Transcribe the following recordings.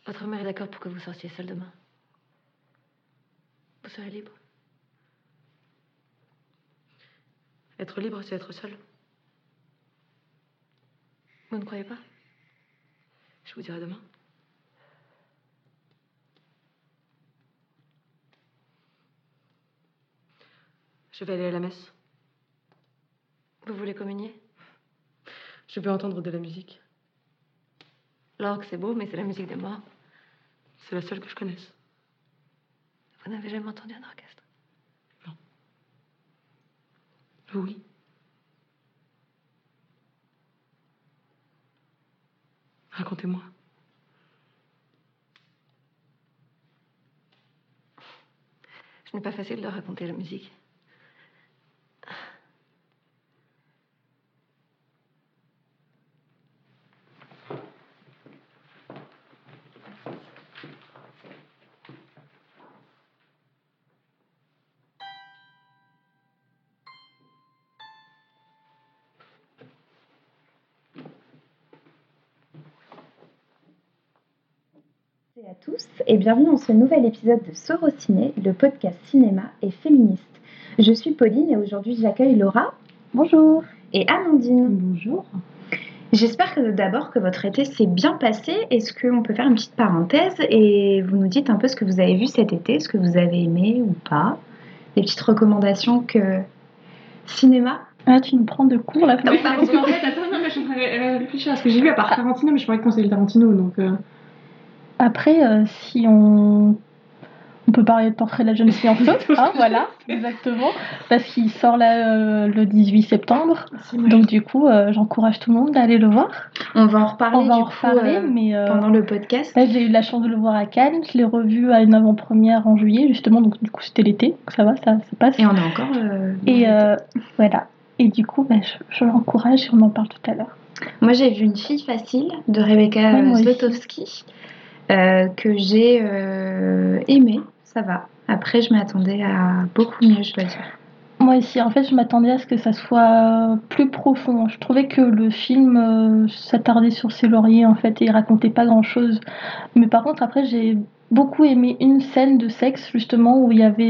Votre mère est d'accord pour que vous sortiez seule demain. Vous serez libre. Être libre, c'est être seule. Vous ne croyez pas? Je vous dirai demain. Je vais aller à la messe. Vous voulez communier? Je veux entendre de la musique. L'orgue, c'est beau, mais c'est la musique des morts. C'est la seule que je connaisse. Vous n'avez jamais entendu un orchestre? Non. Oui. Racontez-moi. Ce n'est pas facile de raconter la musique. À tous et bienvenue dans ce nouvel épisode de Sorociné, le podcast cinéma et féministe. Je suis Pauline et aujourd'hui j'accueille Laura. Bonjour. Et Amandine. Bonjour. J'espère que d'abord que votre été s'est bien passé. Est-ce qu'on peut faire une petite parenthèse et vous nous dites un peu ce que vous avez vu cet été, ce que vous avez aimé ou pas, des petites recommandations que cinéma. Ah, tu nous prends de court là. Oui, parce qu'en fait, attends, non, mais je suis en train de réfléchir à ce que j'ai vu à part Tarantino, mais je pourrais conseiller Tarantino, donc... Après, si on peut parler de Portrait de la jeune fille en feu, hein, voilà, exactement, parce qu'il sort là le 18 septembre, donc du coup, j'encourage tout le monde d'aller le voir. On va en reparler, mais pendant le podcast. Là, j'ai eu la chance de le voir à Cannes, je l'ai revu à une avant-première en juillet, justement, donc du coup, c'était l'été, donc ça va, ça passe. Et on est encore... Voilà, et du coup, je l'encourage et on en parle tout à l'heure. Moi, j'ai vu Une fille facile de Rebecca Zlotowski. Que j'ai aimé, ça va. Après, je m'attendais à beaucoup mieux, je dois dire. Moi aussi, en fait, je m'attendais à ce que ça soit plus profond. Je trouvais que le film s'attardait sur ses lauriers, en fait, et il racontait pas grand-chose. Mais par contre, après, j'ai beaucoup aimé une scène de sexe, justement, où il y avait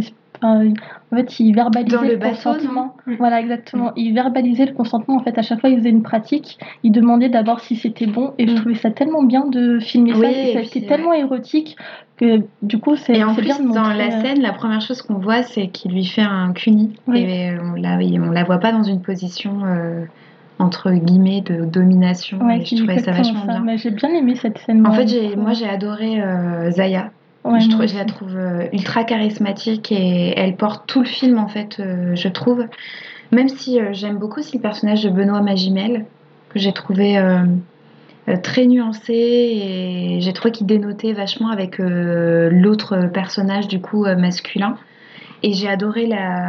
en fait, il verbalisait le consentement. Voilà, exactement. Il verbalisait le consentement. En fait, à chaque fois, il faisait une pratique. Il demandait d'abord si c'était bon. Et je trouvais ça tellement bien de filmer ça. Et ça a été tellement érotique que du coup, c'est bien de montrer. Et en plus, dans la scène, la première chose qu'on voit, c'est qu'il lui fait un cuni. Oui. Et on la voit pas dans une position... entre guillemets de domination, ouais, et je trouvais ça vachement bien. Mais j'ai bien aimé cette scène. En fait, j'ai adoré Zaya. Ouais, je la trouve ultra charismatique et elle porte tout le film en fait, je trouve. Même si j'aime beaucoup aussi le personnage de Benoît Magimel, que j'ai trouvé très nuancé et j'ai trouvé qu'il dénotait vachement avec l'autre personnage du coup masculin. Et j'ai adoré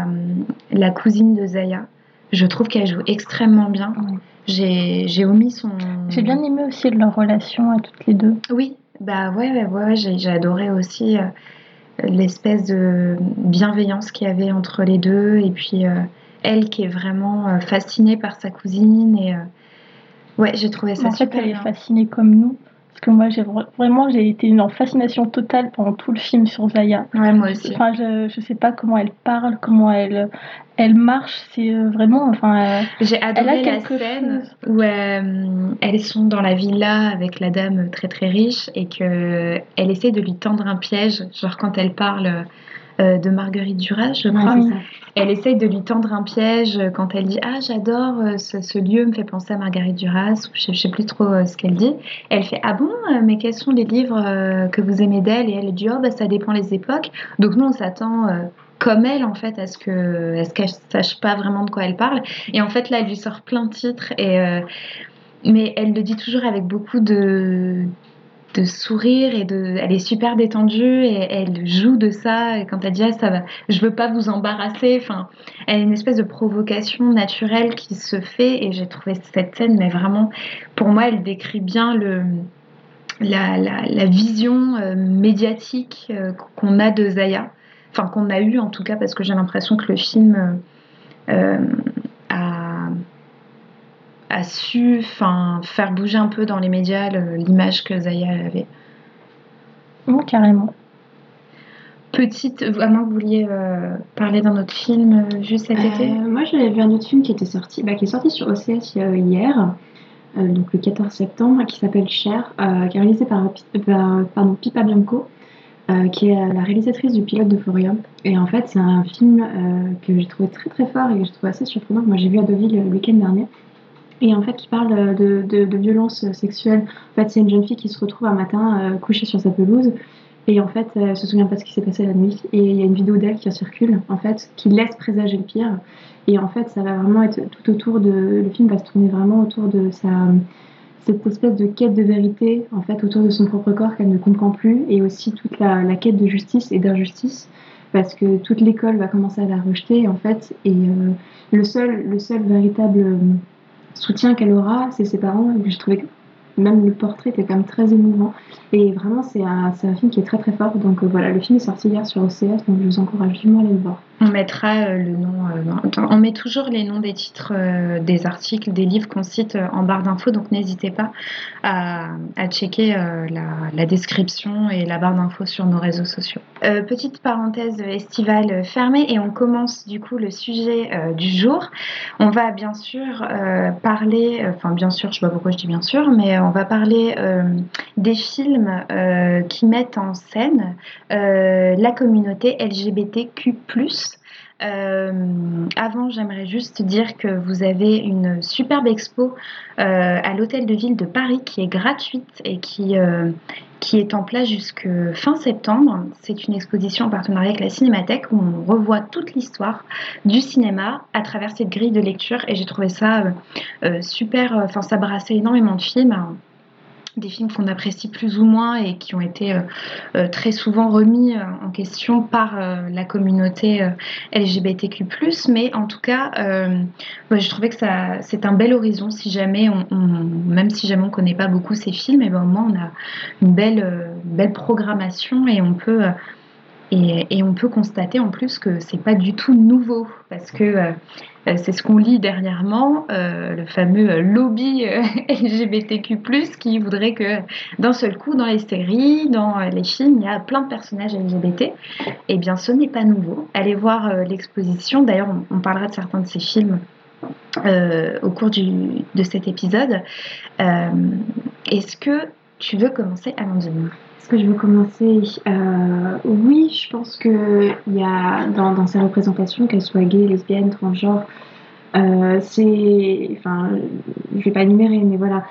la cousine de Zaya. Je trouve qu'elle joue extrêmement bien. J'ai omis son... J'ai bien aimé aussi leur relation à toutes les deux. Oui, bah ouais, j'ai adoré aussi l'espèce de bienveillance qu'il y avait entre les deux. Et puis elle qui est vraiment fascinée par sa cousine. Et ouais, j'ai trouvé ça super bien. En fait, elle est fascinée comme nous. Parce que moi, j'ai été en fascination totale pendant tout le film sur Zaya. Ouais, moi aussi. Enfin, je sais pas comment elle parle, comment elle marche. C'est vraiment... j'ai adoré la scène où elles sont dans la villa avec la dame très très riche et qu'elle essaie de lui tendre un piège. Genre quand elle parle... de Marguerite Duras, je crois. Oui. Elle essaye de lui tendre un piège quand elle dit « Ah, j'adore, ce lieu me fait penser à Marguerite Duras », ou je sais plus trop ce qu'elle dit. Elle fait « Ah bon, mais quels sont les livres que vous aimez d'elle ?» Et elle dit « Oh, bah, ça dépend les époques ». Donc nous, on s'attend... comme elle en fait à ce qu'elle sache pas vraiment de quoi elle parle, et en fait là elle lui sort plein de titres mais elle le dit toujours avec beaucoup de sourire et elle est super détendue et elle joue de ça, et quand elle dit ça va, je veux pas vous embarrasser, enfin elle a une espèce de provocation naturelle qui se fait, et j'ai trouvé cette scène mais vraiment, pour moi elle décrit bien la vision médiatique qu'on a de Zaya, enfin qu'on a eu en tout cas, parce que j'ai l'impression que le film a su faire bouger un peu dans les médias l'image que Zaya avait. Carrément. Petite, à moins que vous vouliez parler d'un autre film juste cet été. Moi, j'avais vu un autre film qui était sorti, qui est sorti sur OCS hier, donc le 14 septembre, qui s'appelle Cher, qui est réalisé par Pippa Bianco, qui est la réalisatrice du pilote d'Euphoria. Et en fait, c'est un film que j'ai trouvé très très fort et que j'ai trouvé assez surprenant. Moi, j'ai vu à Deauville le week-end dernier. Et en fait, qui parle de violences sexuelles. En fait, c'est une jeune fille qui se retrouve un matin couchée sur sa pelouse. Et en fait, elle se souvient pas de ce qui s'est passé la nuit. Et il y a une vidéo d'elle qui circule, en fait, qui laisse présager le pire. Et en fait, ça va vraiment être tout autour de... Le film va se tourner vraiment autour de cette espèce de quête de vérité, en fait, autour de son propre corps qu'elle ne comprend plus. Et aussi toute la quête de justice et d'injustice. Parce que toute l'école va commencer à la rejeter, en fait. Et le seul véritable soutien qu'elle aura, c'est ses parents. Et je trouvais que même le portrait était quand même très émouvant. Et vraiment, c'est un film qui est très très fort. Donc voilà, le film est sorti hier sur OCS, donc je vous encourage vivement à aller le voir. On mettra le nom. On met toujours les noms des titres des articles, des livres qu'on cite en barre d'infos, donc n'hésitez pas à checker la description et la barre d'infos sur nos réseaux sociaux. Petite parenthèse estivale fermée et on commence du coup le sujet du jour. On va bien sûr parler, bien sûr, je sais pas pourquoi je dis bien sûr, mais on va parler des films qui mettent en scène la communauté LGBTQ+. Avant, j'aimerais juste dire que vous avez une superbe expo à l'Hôtel de Ville de Paris qui est gratuite et qui est en place jusqu'à fin septembre. C'est une exposition en partenariat avec la Cinémathèque où on revoit toute l'histoire du cinéma à travers cette grille de lecture et j'ai trouvé ça super, ça brassait énormément de films. Des films qu'on apprécie plus ou moins et qui ont été très souvent remis en question par la communauté LGBTQ+, mais en tout cas, je trouvais que c'est un bel horizon si jamais même si jamais on connaît pas beaucoup ces films, et ben au moins on a une belle programmation et on peut constater en plus que c'est pas du tout nouveau parce que c'est ce qu'on lit dernièrement, le fameux lobby LGBTQ+, qui voudrait que d'un seul coup, dans les séries, dans les films, il y a plein de personnages LGBT. Eh bien, ce n'est pas nouveau. Allez voir l'exposition. D'ailleurs, on parlera de certains de ces films au cours de cet épisode. Est-ce que tu veux commencer, Amandine ? Est-ce que je veux commencer Oui, je pense qu'il y a dans ces représentations, qu'elles soient gays, lesbiennes, transgenres, je vais pas énumérer, mais voilà,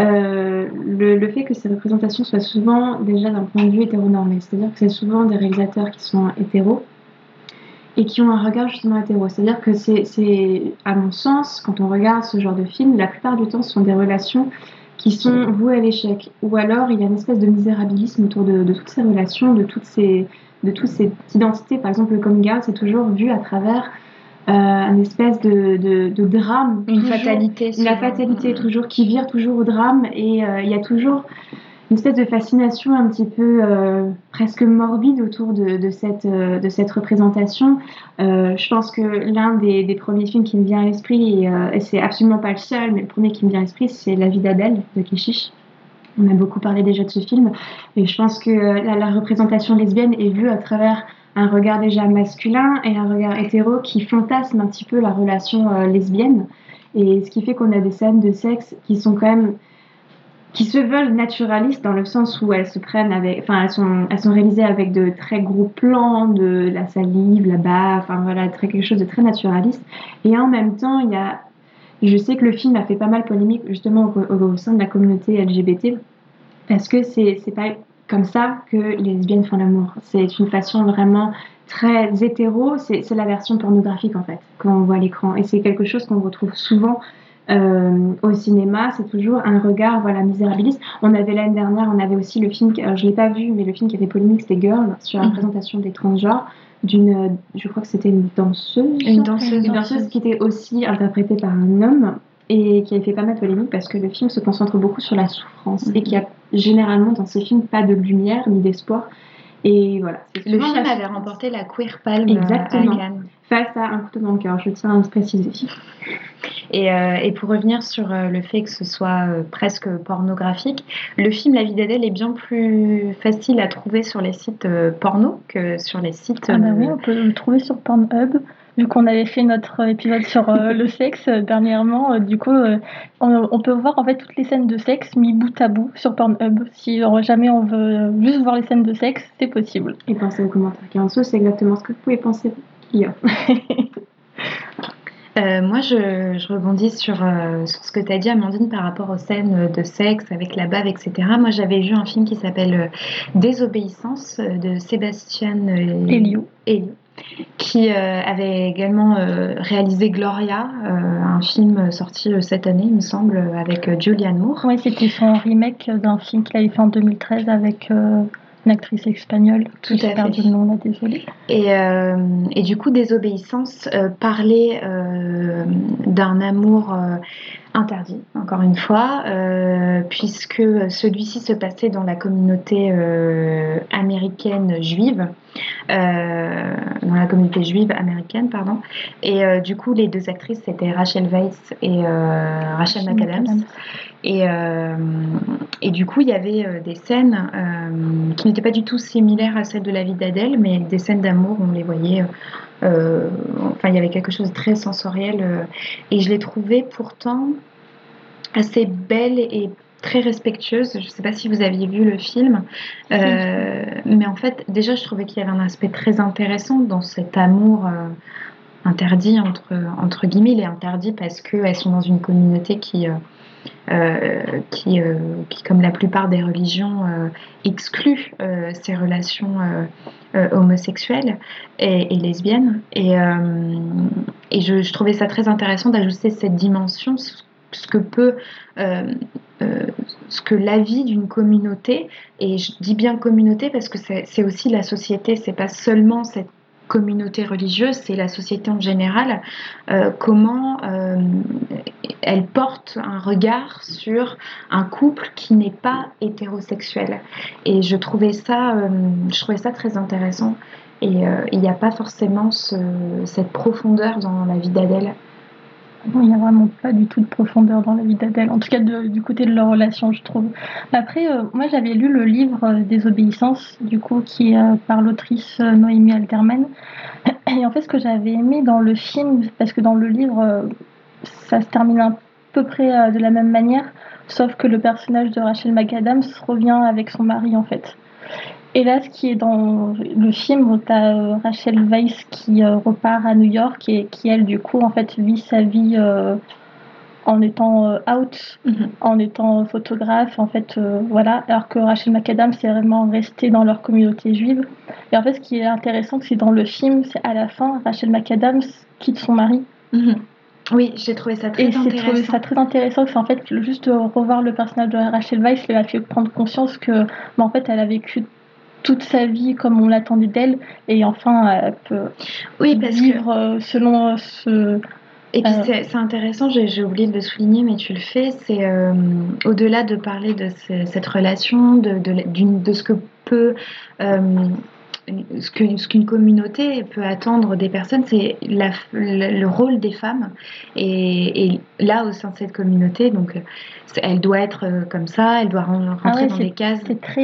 le fait que ces représentations soient souvent déjà d'un point de vue hétéronormé, c'est-à-dire que c'est souvent des réalisateurs qui sont hétéros et qui ont un regard justement hétéro. C'est-à-dire que c'est, à mon sens, quand on regarde ce genre de film, la plupart du temps, ce sont des relations qui sont vouées à l'échec. Ou alors, il y a une espèce de misérabilisme autour de toutes ces relations, de toutes ces identités. Par exemple, le coming out, c'est toujours vu à travers une espèce de drame. Une fatalité. La fatalité, toujours, qui vire toujours au drame. Et il y a toujours une espèce de fascination un petit peu presque morbide autour de cette représentation. Je pense que l'un des premiers films qui me vient à l'esprit, et c'est absolument pas le seul, mais le premier qui me vient à l'esprit, c'est La vie d'Adèle de Keshish. On a beaucoup parlé déjà de ce film, et je pense que la représentation lesbienne est vue à travers un regard déjà masculin et un regard hétéro qui fantasme un petit peu la relation lesbienne, et ce qui fait qu'on a des scènes de sexe qui sont quand même qui se veulent naturalistes dans le sens où elles se prennent elles sont réalisées avec de très gros plans, de la salive, la bave, quelque chose de très naturaliste. Et en même temps, je sais que le film a fait pas mal polémique justement au sein de la communauté LGBT parce que c'est pas comme ça que les lesbiennes font l'amour. C'est une façon vraiment très hétéro, c'est la version pornographique en fait qu'on voit à l'écran et c'est quelque chose qu'on retrouve souvent au cinéma. C'est toujours un regard misérabiliste. L'année dernière, on avait aussi le film, alors je l'ai pas vu, mais le film qui avait polémique, c'était Girl, sur la représentation des transgenres je crois que c'était une danseuse qui était aussi interprétée par un homme et qui avait fait pas mal de polémique parce que le film se concentre beaucoup sur la souffrance et qu'il y a généralement dans ces films pas de lumière ni d'espoir. Et voilà. Le film avait remporté la Queer Palm à Cannes. face à un couteau dans le cœur, je tiens à le préciser. Et pour revenir sur le fait que ce soit presque pornographique, le film La vie d'Adèle est bien plus facile à trouver sur les sites porno que sur les sites Ah bah oui, on peut le trouver sur Pornhub. Vu qu'on avait fait notre épisode sur le sexe dernièrement, du coup, on peut voir en fait toutes les scènes de sexe mis bout à bout sur Pornhub. Si jamais on veut juste voir les scènes de sexe, c'est possible. Et pensez aux commentaires qui en dessous, c'est exactement ce que vous pouvez penser. Moi, je rebondis sur ce que tu as dit, Amandine, par rapport aux scènes de sexe avec la bave, etc. Moi, j'avais vu un film qui s'appelle Désobéissance de Sébastien Elio, qui avait également réalisé Gloria, un film sorti cette année, il me semble, avec Julianne Moore. Oui, c'était son remake d'un film qu'il avait fait en 2013 avec une actrice espagnole. Tout à fait. J'ai perdu le nom, là, désolée. Et du coup, Désobéissance parlait d'un amour interdit, encore une fois, puisque celui-ci se passait dans la communauté américaine juive, dans la communauté juive américaine, pardon. Et du coup, les deux actrices, c'était Rachel Weisz et Rachel McAdams. Et du coup, il y avait des scènes qui n'étaient pas du tout similaires à celles de La vie d'Adèle, mais des scènes d'amour, on les voyait. Enfin, il y avait quelque chose de très sensoriel. Et je l'ai trouvée pourtant assez belle et très respectueuse. Je ne sais pas si vous aviez vu le film, mais en fait, déjà, je trouvais qu'il y avait un aspect très intéressant dans cet amour interdit, entre guillemets. Il est interdit parce qu'elles sont dans une communauté qui, comme la plupart des religions, exclut ces relations homosexuelles et lesbiennes. Et je trouvais ça très intéressant d'ajouter cette dimension, ce que la vie d'une communauté, et je dis bien communauté parce que c'est aussi la société, c'est pas seulement cette communauté religieuse, c'est la société en général, comment elle porte un regard sur un couple qui n'est pas hétérosexuel. Et je trouvais ça très intéressant. Et il n'y a pas forcément cette profondeur dans La vie d'Adèle. Non, il n'y a vraiment pas du tout de profondeur dans La vie d'Adèle, en tout cas du côté de leur relation, je trouve. Après, moi j'avais lu le livre Désobéissance, du coup, qui est par l'autrice Noémie Alterman. Et en fait, ce que j'avais aimé dans le film, parce que dans le livre, ça se termine à peu près de la même manière, sauf que le personnage de Rachel McAdams revient avec son mari, en fait. Et là, ce qui est dans le film, tu as Rachel Weisz qui repart à New York et qui, elle, du coup, en fait, vit sa vie en étant out, en étant photographe, en fait, voilà. Alors que Rachel McAdams, c'est vraiment resté dans leur communauté juive. Et en fait, ce qui est intéressant, c'est dans le film, c'est à la fin, Rachel McAdams quitte son mari. Oui, j'ai trouvé ça très intéressant. Et j'ai trouvé ça très intéressant, c'est en fait juste revoir le personnage de Rachel Weisz lui a fait prendre conscience que, en fait, elle a vécu toute sa vie comme on l'attendait d'elle, et enfin elle peut vivre selon ce... Et puis c'est intéressant, j'ai oublié de le souligner, mais tu le fais, c'est au-delà de parler de cette relation, de ce que peut... ce qu'une communauté peut attendre des personnes, c'est le rôle des femmes. Et là, au sein de cette communauté, donc, elle doit être comme ça, elle doit rentrer dans des cases.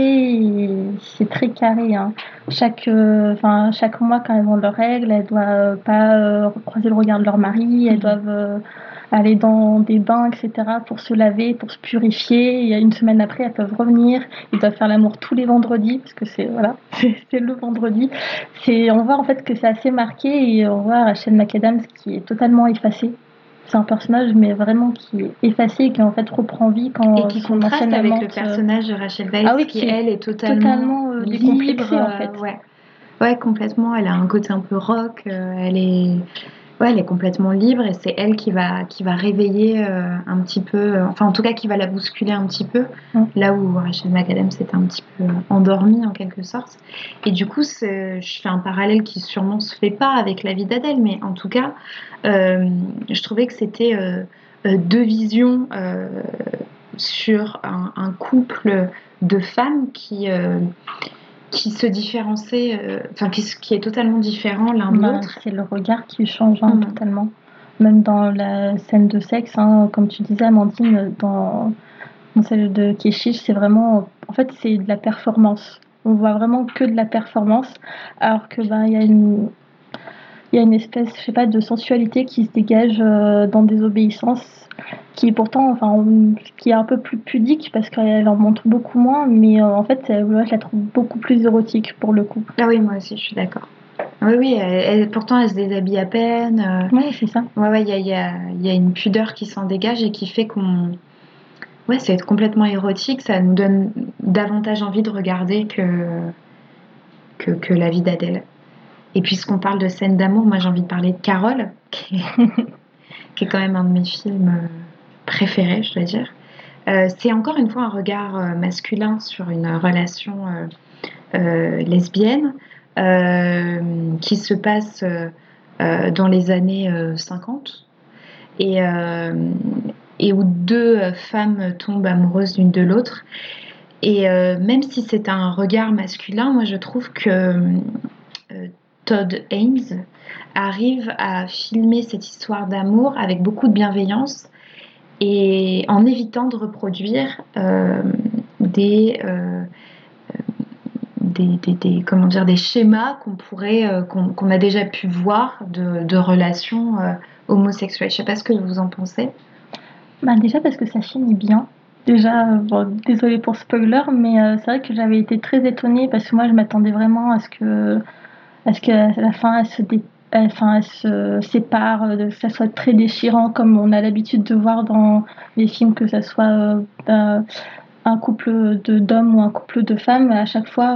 C'est très carré. Hein. Chaque mois, quand elles ont leurs règles, elles ne doivent pas croiser le regard de leur mari, elles doivent aller dans des bains, etc., pour se laver, pour se purifier. Et une semaine après, elles peuvent revenir. Ils doivent faire l'amour tous les vendredis, parce que c'est le vendredi. On voit en fait que c'est assez marqué, et on voit Rachel McAdams qui est totalement effacée. C'est un personnage, mais vraiment qui est effacé et qui en fait reprend vie quand et qui contraste avec le personnage de Rachel Weisz, qui elle est totalement décomplexée libre, en fait. Ouais, complètement. Elle a un côté un peu rock. Elle est complètement libre, et c'est elle qui va réveiller un petit peu, enfin en tout cas qui va la bousculer un petit peu, là où Rachel McAdams était un petit peu endormie en quelque sorte. Et du coup, je fais un parallèle qui sûrement se fait pas avec La vie d'Adèle, mais en tout cas, je trouvais que c'était deux visions sur un couple de femmes qui se différencient, qui est totalement différent l'un de Bah, l'autre. c'est le regard qui change Mm. totalement. Même dans la scène de sexe, comme tu disais, Amandine, dans celle de Keshish, c'est vraiment, en fait, c'est de la performance. On voit vraiment que de la performance, alors que il y a une espèce, je sais pas, de sensualité qui se dégage dans Désobéissance, qui est pourtant, qui est un peu plus pudique parce qu'elle en montre beaucoup moins, mais en fait, ouais, je la trouve beaucoup plus érotique pour le coup. Ah oui, moi aussi, je suis d'accord. Oui, pourtant, elle se déshabille à peine. Ouais, c'est ça. Ouais, il y a une pudeur qui s'en dégage et qui fait qu'on... Ouais, c'est complètement érotique, ça nous donne davantage envie de regarder que la vie d'Adèle. Et puisqu'on parle de scènes d'amour, moi j'ai envie de parler de Carole, qui est quand même un de mes films préférés, je dois dire. C'est encore une fois un regard masculin sur une relation lesbienne qui se passe dans les années 50 et où deux femmes tombent amoureuses l'une de l'autre. Et même si c'est un regard masculin, moi je trouve que Todd Haynes arrive à filmer cette histoire d'amour avec beaucoup de bienveillance et en évitant de reproduire des schémas qu'on a déjà pu voir de relations homosexuelles. Je ne sais pas ce que vous en pensez. Bah, déjà parce que ça finit bien. Déjà, désolée pour spoiler, mais c'est vrai que j'avais été très étonnée parce que moi je m'attendais vraiment à ce qu'à la fin elle se sépare, que ça soit très déchirant comme on a l'habitude de voir dans les films, que ça soit un couple d'hommes ou un couple de femmes. À chaque fois,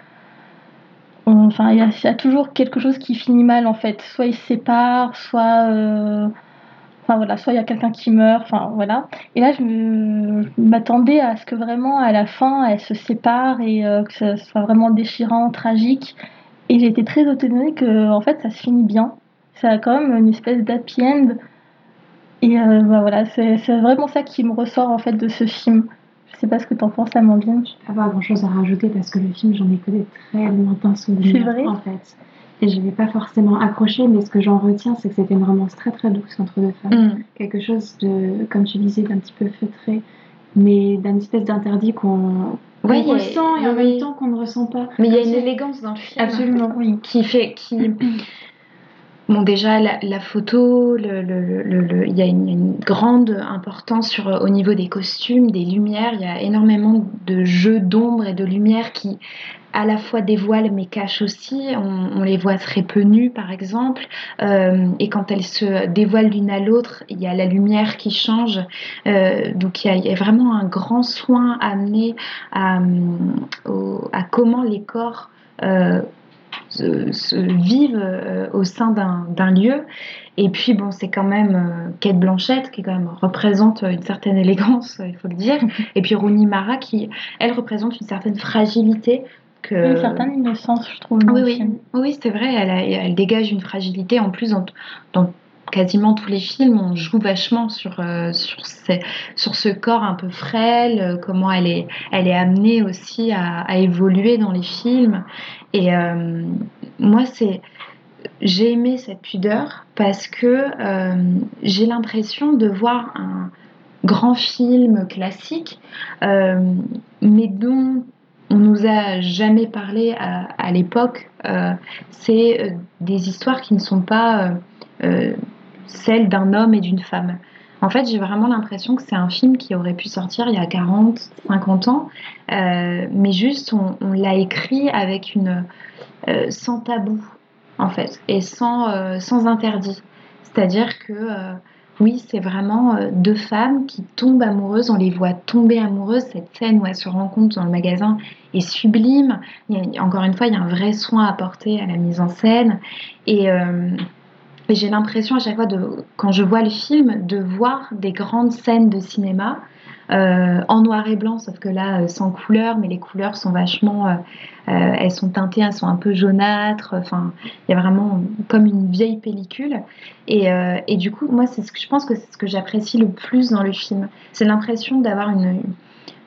il y a toujours quelque chose qui finit mal en fait. Soit ils se séparent, soit il y a quelqu'un qui meurt, voilà. Et là, je m'attendais à ce que vraiment, à la fin, elles se séparent et que ça soit vraiment déchirant, tragique. Et j'ai été très étonnée que, en fait, ça se finit bien. Ça a quand même une espèce d'happy end. Et voilà, c'est vraiment ça qui me ressort, en fait, de ce film. Je sais pas ce que t'en penses, Amandine. Je vais pas grand chose à rajouter parce que le film, j'en ai que des très lointains souvenirs. C'est vrai. En fait. Et je vais pas forcément accrocher, mais ce que j'en retiens, c'est que c'était une romance très très douce entre deux femmes. Quelque chose de, comme tu disais, d'un petit peu feutré, mais d'une espèce d'interdit qu'on ressent et en même temps qu'on ne ressent pas. Mais il y a une élégance dans le film. Absolument, oui. Bon, déjà, la photo, il y a une grande importance au niveau des costumes, des lumières. Il y a énormément de jeux d'ombre et de lumière qui, à la fois dévoilent mais cachent aussi. On les voit très peu nues, par exemple. Et quand elles se dévoilent l'une à l'autre, il y a la lumière qui change. Donc, il y a vraiment un grand soin amené à comment les corps se vivent au sein d'un lieu. Et puis bon, c'est quand même Cate Blanchett qui quand même représente une certaine élégance, il faut le dire. Et puis Rooney Mara qui, elle, représente une certaine fragilité. Une certaine innocence, je trouve. Oui, c'est vrai, elle dégage une fragilité. En plus, dans quasiment tous les films, on joue vachement sur ce corps un peu frêle, comment elle est amenée aussi à évoluer dans les films. Et moi, j'ai aimé cette pudeur parce que j'ai l'impression de voir un grand film classique, mais dont on nous a jamais parlé à l'époque. C'est des histoires qui ne sont pas celle d'un homme et d'une femme. En fait, j'ai vraiment l'impression que c'est un film qui aurait pu sortir il y a 40, 50 ans, mais juste on l'a écrit avec sans tabou, en fait, et sans interdit. C'est-à-dire que, oui, c'est vraiment deux femmes qui tombent amoureuses, on les voit tomber amoureuses. Cette scène où elles se rencontrent dans le magasin est sublime. Encore une fois, il y a un vrai soin apporté à la mise en scène. Et j'ai l'impression à chaque fois, quand je vois le film, de voir des grandes scènes de cinéma en noir et blanc, sauf que là, sans couleur, mais les couleurs sont vachement... elles sont teintées, elles sont un peu jaunâtres. Enfin, il y a vraiment comme une vieille pellicule. Et du coup, moi, je pense que c'est ce que j'apprécie le plus dans le film. C'est l'impression d'avoir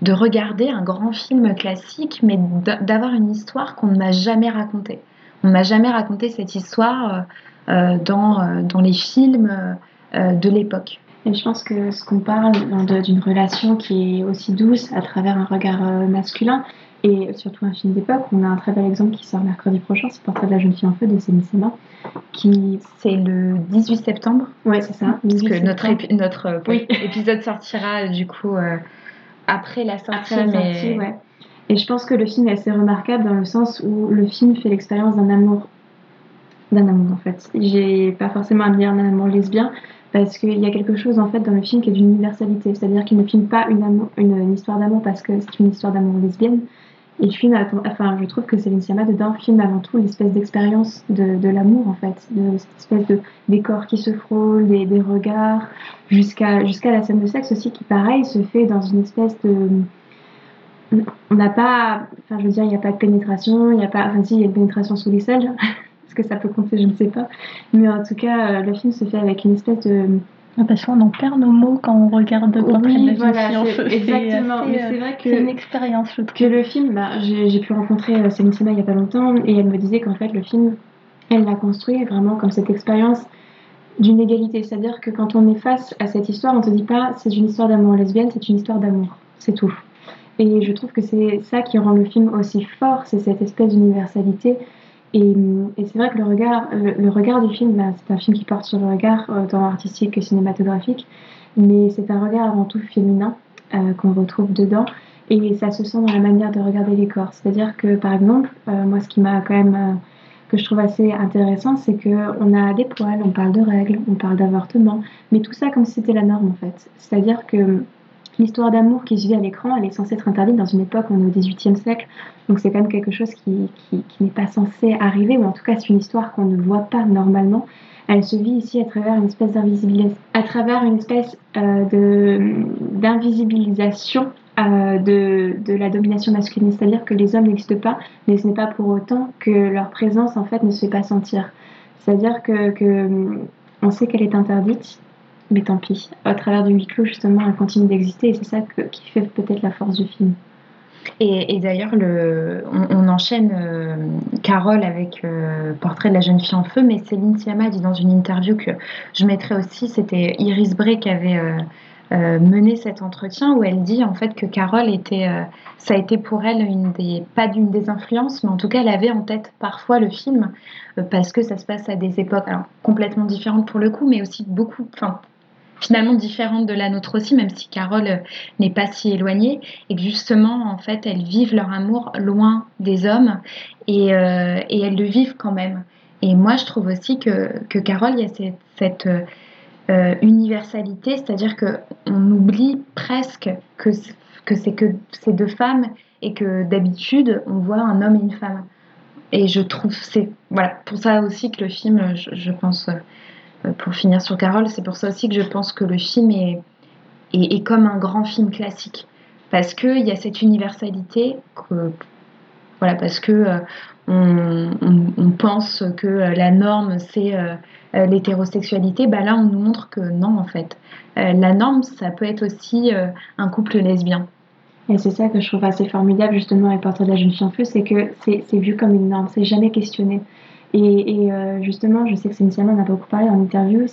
de regarder un grand film classique, mais d'avoir une histoire qu'on ne m'a jamais racontée. On ne m'a jamais raconté cette histoire dans les films de l'époque. Et je pense que ce qu'on parle d'une relation qui est aussi douce à travers un regard masculin, et surtout un film d'époque, on a un très bel exemple qui sort mercredi prochain, c'est Portrait de la jeune fille en feu de Céline Sciamma, qui... C'est le 18 septembre. Ouais, c'est ça. Parce que notre épisode sortira du coup après la sortie. Ouais. Et je pense que le film est assez remarquable dans le sens où le film fait l'expérience d'un amour en fait. J'ai pas forcément à me dire d'un amour lesbien, parce qu'il y a quelque chose en fait dans le film qui est d'une universalité, c'est-à-dire qu'il ne filme pas une histoire d'amour parce que c'est une histoire d'amour lesbienne. Et je trouve que Céline Sciamma dedans filme avant tout l'espèce d'expérience de l'amour en fait, de cette espèce de des corps qui se frôlent, des regards, jusqu'à la scène de sexe aussi qui pareil se fait dans une espèce de... On n'a pas, il n'y a pas de pénétration, il y a une pénétration sous les selles, est-ce que ça peut compter, je ne sais pas, mais en tout cas le film se fait avec une espèce de... Parce qu'on en perd nos mots quand on regarde Portrait de la jeune fille en feu. Exactement, mais c'est vrai que c'est une expérience, je trouve. Que le film, j'ai pu rencontrer Céline Sciamma il n'y a pas longtemps, et elle me disait qu'en fait le film, elle l'a construit vraiment comme cette expérience d'une égalité, c'est-à-dire que quand on est face à cette histoire, on ne se dit pas c'est une histoire d'amour lesbienne, c'est une histoire d'amour, c'est tout. Et je trouve que c'est ça qui rend le film aussi fort, c'est cette espèce d'universalité. Et c'est vrai que le regard du film, c'est un film qui porte sur le regard tant artistique que cinématographique, mais c'est un regard avant tout féminin qu'on retrouve dedans, et ça se sent dans la manière de regarder les corps. C'est-à-dire que, par exemple, moi ce qui m'a quand même, que je trouve assez intéressant, c'est qu'on a des poils, on parle de règles, on parle d'avortement, mais tout ça comme si c'était la norme en fait. C'est-à-dire que l'histoire d'amour qui se vit à l'écran, elle est censée être interdite dans une époque, on est au XVIIIe siècle, donc c'est quand même quelque chose qui n'est pas censé arriver, ou en tout cas c'est une histoire qu'on ne voit pas normalement. Elle se vit ici à travers une espèce d'invisibilisation de la domination masculine, c'est-à-dire que les hommes n'existent pas, mais ce n'est pas pour autant que leur présence en fait ne se fait pas sentir. C'est-à-dire que on sait qu'elle est interdite, mais tant pis. À travers du huis clos, justement, elle continue d'exister, et c'est ça qui fait peut-être la force du film. Et d'ailleurs, on enchaîne Carole avec Portrait de la jeune fille en feu, mais Céline Sciamma dit dans une interview que je mettrai aussi, c'était Iris Bray qui avait mené cet entretien, où elle dit en fait que Carole ça a été pour elle pas d'une des influences, mais en tout cas elle avait en tête parfois le film, parce que ça se passe à des époques alors, complètement différentes pour le coup, mais aussi finalement différentes de la nôtre aussi, même si Carole n'est pas si éloignée, et que justement, en fait, elles vivent leur amour loin des hommes, et elles le vivent quand même. Et moi, je trouve aussi que Carole, il y a cette universalité, c'est-à-dire qu'on oublie presque que c'est deux femmes, et que d'habitude, on voit un homme et une femme. Et je trouve, c'est pour ça aussi que le film, je pense... pour finir sur Carole, c'est pour ça aussi que je pense que le film est comme un grand film classique. Parce qu'il y a cette universalité, parce que on pense que la norme, c'est l'hétérosexualité. Là, on nous montre que non, en fait. La norme, ça peut être aussi un couple lesbien. Et c'est ça que je trouve assez formidable, justement, avec Portrait de la jeune fille en feu, c'est que c'est vu comme une norme, c'est jamais questionné. Et justement, je sais que Céline Sciamma en a beaucoup parlé en interview,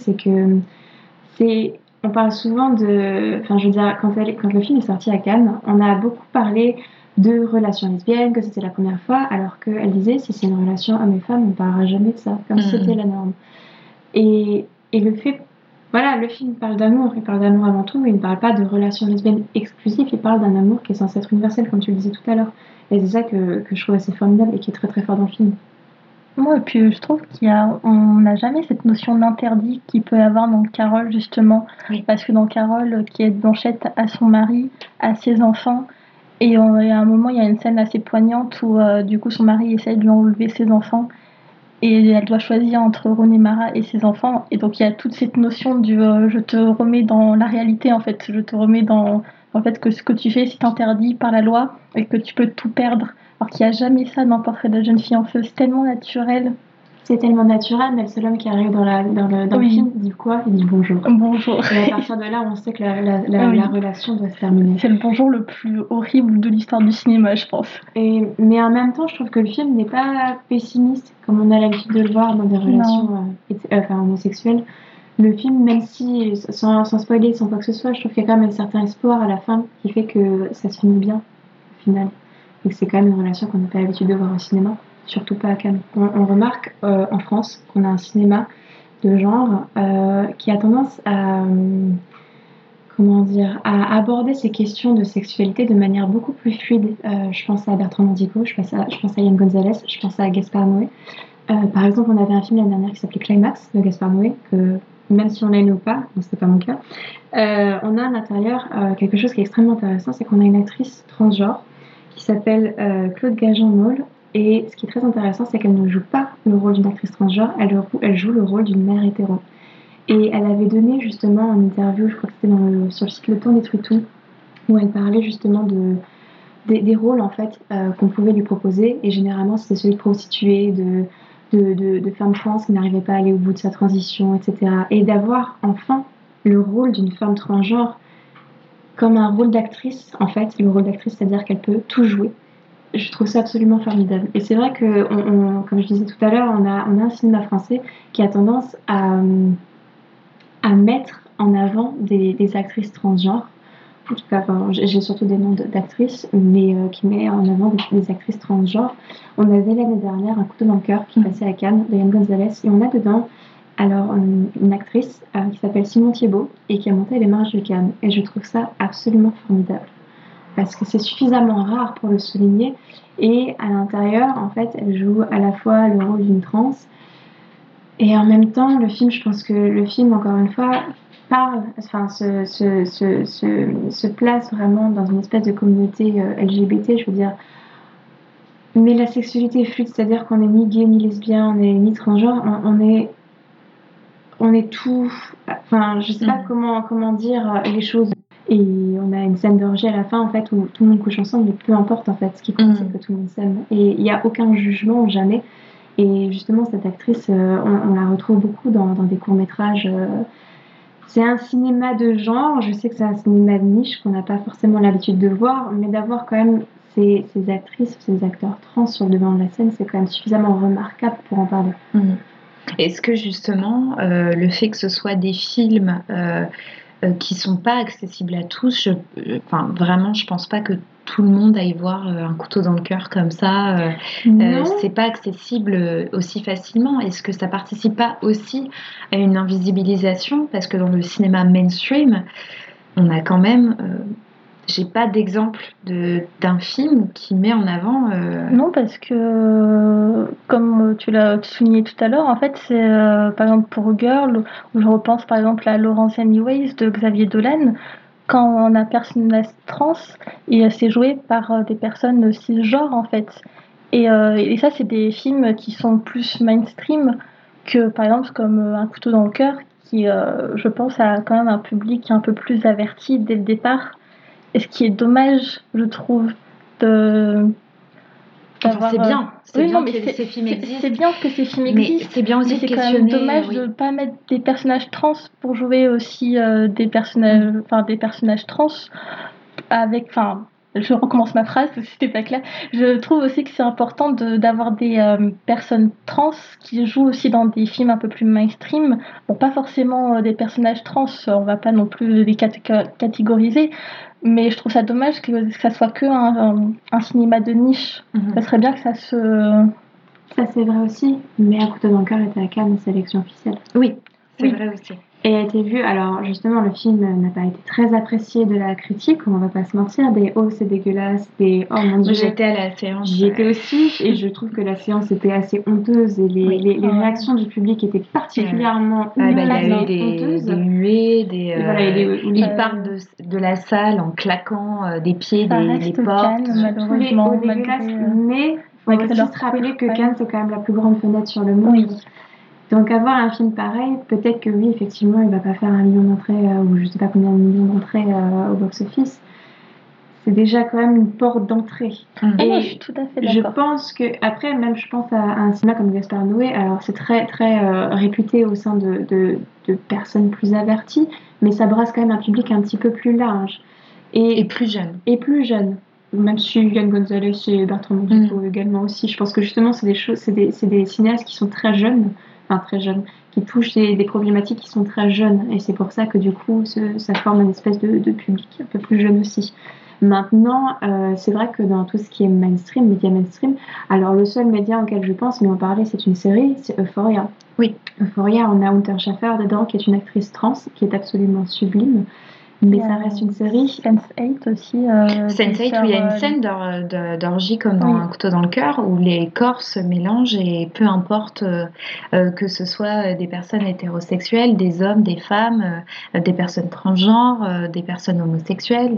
on parle souvent quand le film est sorti à Cannes, on a beaucoup parlé de relations lesbiennes, que c'était la première fois, alors qu'elle disait, si c'est une relation homme et femme, on ne parlera jamais de ça, comme si c'était la norme. Et le fait, le film parle d'amour, il parle d'amour avant tout, mais il ne parle pas de relations lesbiennes exclusives, il parle d'un amour qui est censé être universel, comme tu le disais tout à l'heure. Et c'est ça que je trouve assez formidable et qui est très très fort dans le film. Moi, et puis je trouve on n'a jamais cette notion d'interdit qu'il peut y avoir dans Carole, justement. Oui. Parce que dans Carole, qui est Blanchette, à son mari, à ses enfants, et à un moment, il y a une scène assez poignante où du coup son mari essaie de lui enlever ses enfants, et elle doit choisir entre René Marat et ses enfants. Et donc il y a toute cette notion du je te remets dans la réalité, en fait. Je te remets dans en fait que ce que tu fais, c'est interdit par la loi et que tu peux tout perdre. Alors qu'il n'y a jamais ça dans Portrait de la jeune fille en feu. C'est tellement naturel. c'est tellement naturel, mais le seul homme qui arrive dans le Oui. film dit quoi? Il dit bonjour. Bonjour. Et à partir de là, on sait que Oui. la relation doit se terminer. C'est le bonjour le plus horrible de l'histoire du cinéma, je pense. Mais en même temps, je trouve que le film n'est pas pessimiste, comme on a l'habitude de le voir dans des relations homosexuelles. Le film, même si, sans spoiler, sans quoi que ce soit, je trouve qu'il y a quand même un certain espoir à la fin qui fait que ça se finit bien, au final. Et que c'est quand même une relation qu'on n'a pas l'habitude de voir au cinéma, surtout pas à Cannes. On remarque en France qu'on a un cinéma de genre qui a tendance à, comment dire, à aborder ces questions de sexualité de manière beaucoup plus fluide. Je pense à Bertrand Mandico, je pense à Yann Gonzalez, je pense à Gaspard Noé. Par exemple, on avait un film l'année dernière qui s'appelait Climax de Gaspard Noé, que même si on l'a aimé ou pas, bon, c'était pas mon cas, on a à l'intérieur quelque chose qui est extrêmement intéressant, c'est qu'on a une actrice transgenre qui s'appelle Claude Gagean-Maul. Et ce qui est très intéressant, c'est qu'elle ne joue pas le rôle d'une actrice transgenre, elle joue le rôle d'une mère hétéro. Et elle avait donné justement une interview, je crois que c'était sur le site Le Temps détruit tout, où elle parlait justement des rôles en fait qu'on pouvait lui proposer. Et généralement, c'était celui de prostituée, de femme trans qui n'arrivait pas à aller au bout de sa transition, etc. Et d'avoir enfin le rôle d'une femme transgenre comme un rôle d'actrice, en fait, le rôle d'actrice, c'est-à-dire qu'elle peut tout jouer. Je trouve ça absolument formidable. Et c'est vrai que, comme je disais tout à l'heure, on a un cinéma français qui a tendance à mettre en avant des actrices transgenres. En tout cas, j'ai surtout des noms d'actrices, mais qui met en avant des actrices transgenres. On avait l'année dernière Un couteau dans le cœur qui passait à Cannes de Yann Gonzalez, et on a dedans alors une actrice qui s'appelle Simon Thiebaud et qui a monté les marches de Cannes. Et je trouve ça absolument formidable parce que c'est suffisamment rare pour le souligner. Et à l'intérieur, en fait, elle joue à la fois le rôle d'une trans et en même temps, le film, je pense que le film, encore une fois, se place vraiment dans une espèce de communauté LGBT, je veux dire. Mais la sexualité est fluide, c'est-à-dire qu'on n'est ni gay ni lesbien, on n'est ni transgenre, on est tout. Enfin, je sais pas comment dire les choses. Et on a une scène d'orgie à la fin, en fait, où tout le monde couche ensemble, mais peu importe, en fait, ce qui compte, c'est que tout le monde s'aime. Et il n'y a aucun jugement, jamais. Et justement, cette actrice, on la retrouve beaucoup dans des courts-métrages. C'est un cinéma de genre, je sais que c'est un cinéma de niche qu'on n'a pas forcément l'habitude de voir, mais d'avoir quand même ces actrices, ces acteurs trans sur le devant de la scène, c'est quand même suffisamment remarquable pour en parler. Est-ce que justement, le fait que ce soit des films qui sont pas accessibles à tous, vraiment, je pense pas que tout le monde aille voir Un couteau dans le cœur comme ça. C'est pas accessible aussi facilement. Est-ce que ça participe pas aussi à une invisibilisation? Parce que dans le cinéma mainstream, on a quand même... j'ai pas d'exemple d'un film qui met en avant... Non, parce que, comme tu l'as souligné tout à l'heure, en fait, c'est par exemple pour Girl, où je repense par exemple à Laurence Anyways de Xavier Dolan. Quand on a personnage trans, et c'est joué par des personnes cisgenres, en fait. Et ça, c'est des films qui sont plus mainstream que, par exemple, comme Un couteau dans le cœur, qui, je pense, a quand même un public un peu plus averti dès le départ. Et ce qui est dommage, je trouve, c'est bien. C'est bien que ces films existent. C'est bien que ces films existent. Mais c'est bien aussi mais de c'est questionner. Quand même dommage de ne pas mettre des personnages trans pour jouer aussi des personnages trans avec. Je recommence ma phrase parce que c'était pas clair. Je trouve aussi que c'est important d'avoir des personnes trans qui jouent aussi dans des films un peu plus mainstream. Bon, pas forcément des personnages trans, on va pas non plus les catégoriser, mais je trouve ça dommage que ça soit que un cinéma de niche. Ça serait bien que ça se... Ça, c'est vrai aussi, mais Un couteau dans le cœur était à Cannes en sélection officielle. Oui, c'est vrai aussi. Et a été vu, alors justement, le film n'a pas été très apprécié de la critique, on va pas se mentir, des oh c'est dégueulasse, des oh mon dieu. J'étais à la séance. J'y étais aussi, et je trouve que la séance était assez honteuse, et les réactions du public étaient particulièrement honteuses. Il y a eu des huées, ils partent de la salle en claquant des pieds, des portes. Cannes, malheureusement. Mais il faut aussi se rappeler que Cannes, c'est quand même la plus grande fenêtre sur le monde. Oui. Donc avoir un film pareil, peut-être que oui, effectivement, il va pas faire 1 million d'entrées ou je sais pas combien de millions d'entrées au box-office. c'est déjà quand même une porte d'entrée. Ah non, Et je suis tout à fait je d'accord. pense que, après, même je pense à un cinéma comme Gaspard Noé, alors c'est très, très réputé au sein de personnes plus averties, mais ça brasse quand même un public un petit peu plus large. Et plus jeune. Et plus jeune. Même si Yann Gonzalez et Bertrand Montzipo également aussi. Je pense que justement, c'est des cinéastes qui sont très jeunes, enfin très jeunes, qui touchent des problématiques qui sont très jeunes. Et c'est pour ça que du coup, ça forme une espèce de public un peu plus jeune aussi. Maintenant, c'est vrai que dans tout ce qui est mainstream, média mainstream, alors le seul média auquel je pense, mais en parler, c'est une série, c'est Euphoria. Oui. Euphoria, on a Hunter Schafer dedans, qui est une actrice trans, qui est absolument sublime. Mais ça reste une série. Sense8 aussi. Sense8, où il y a une scène d'orgie comme dans Un couteau dans le cœur, où les corps se mélangent et peu importe que ce soit des personnes hétérosexuelles, des hommes, des femmes, des personnes transgenres, des personnes homosexuelles,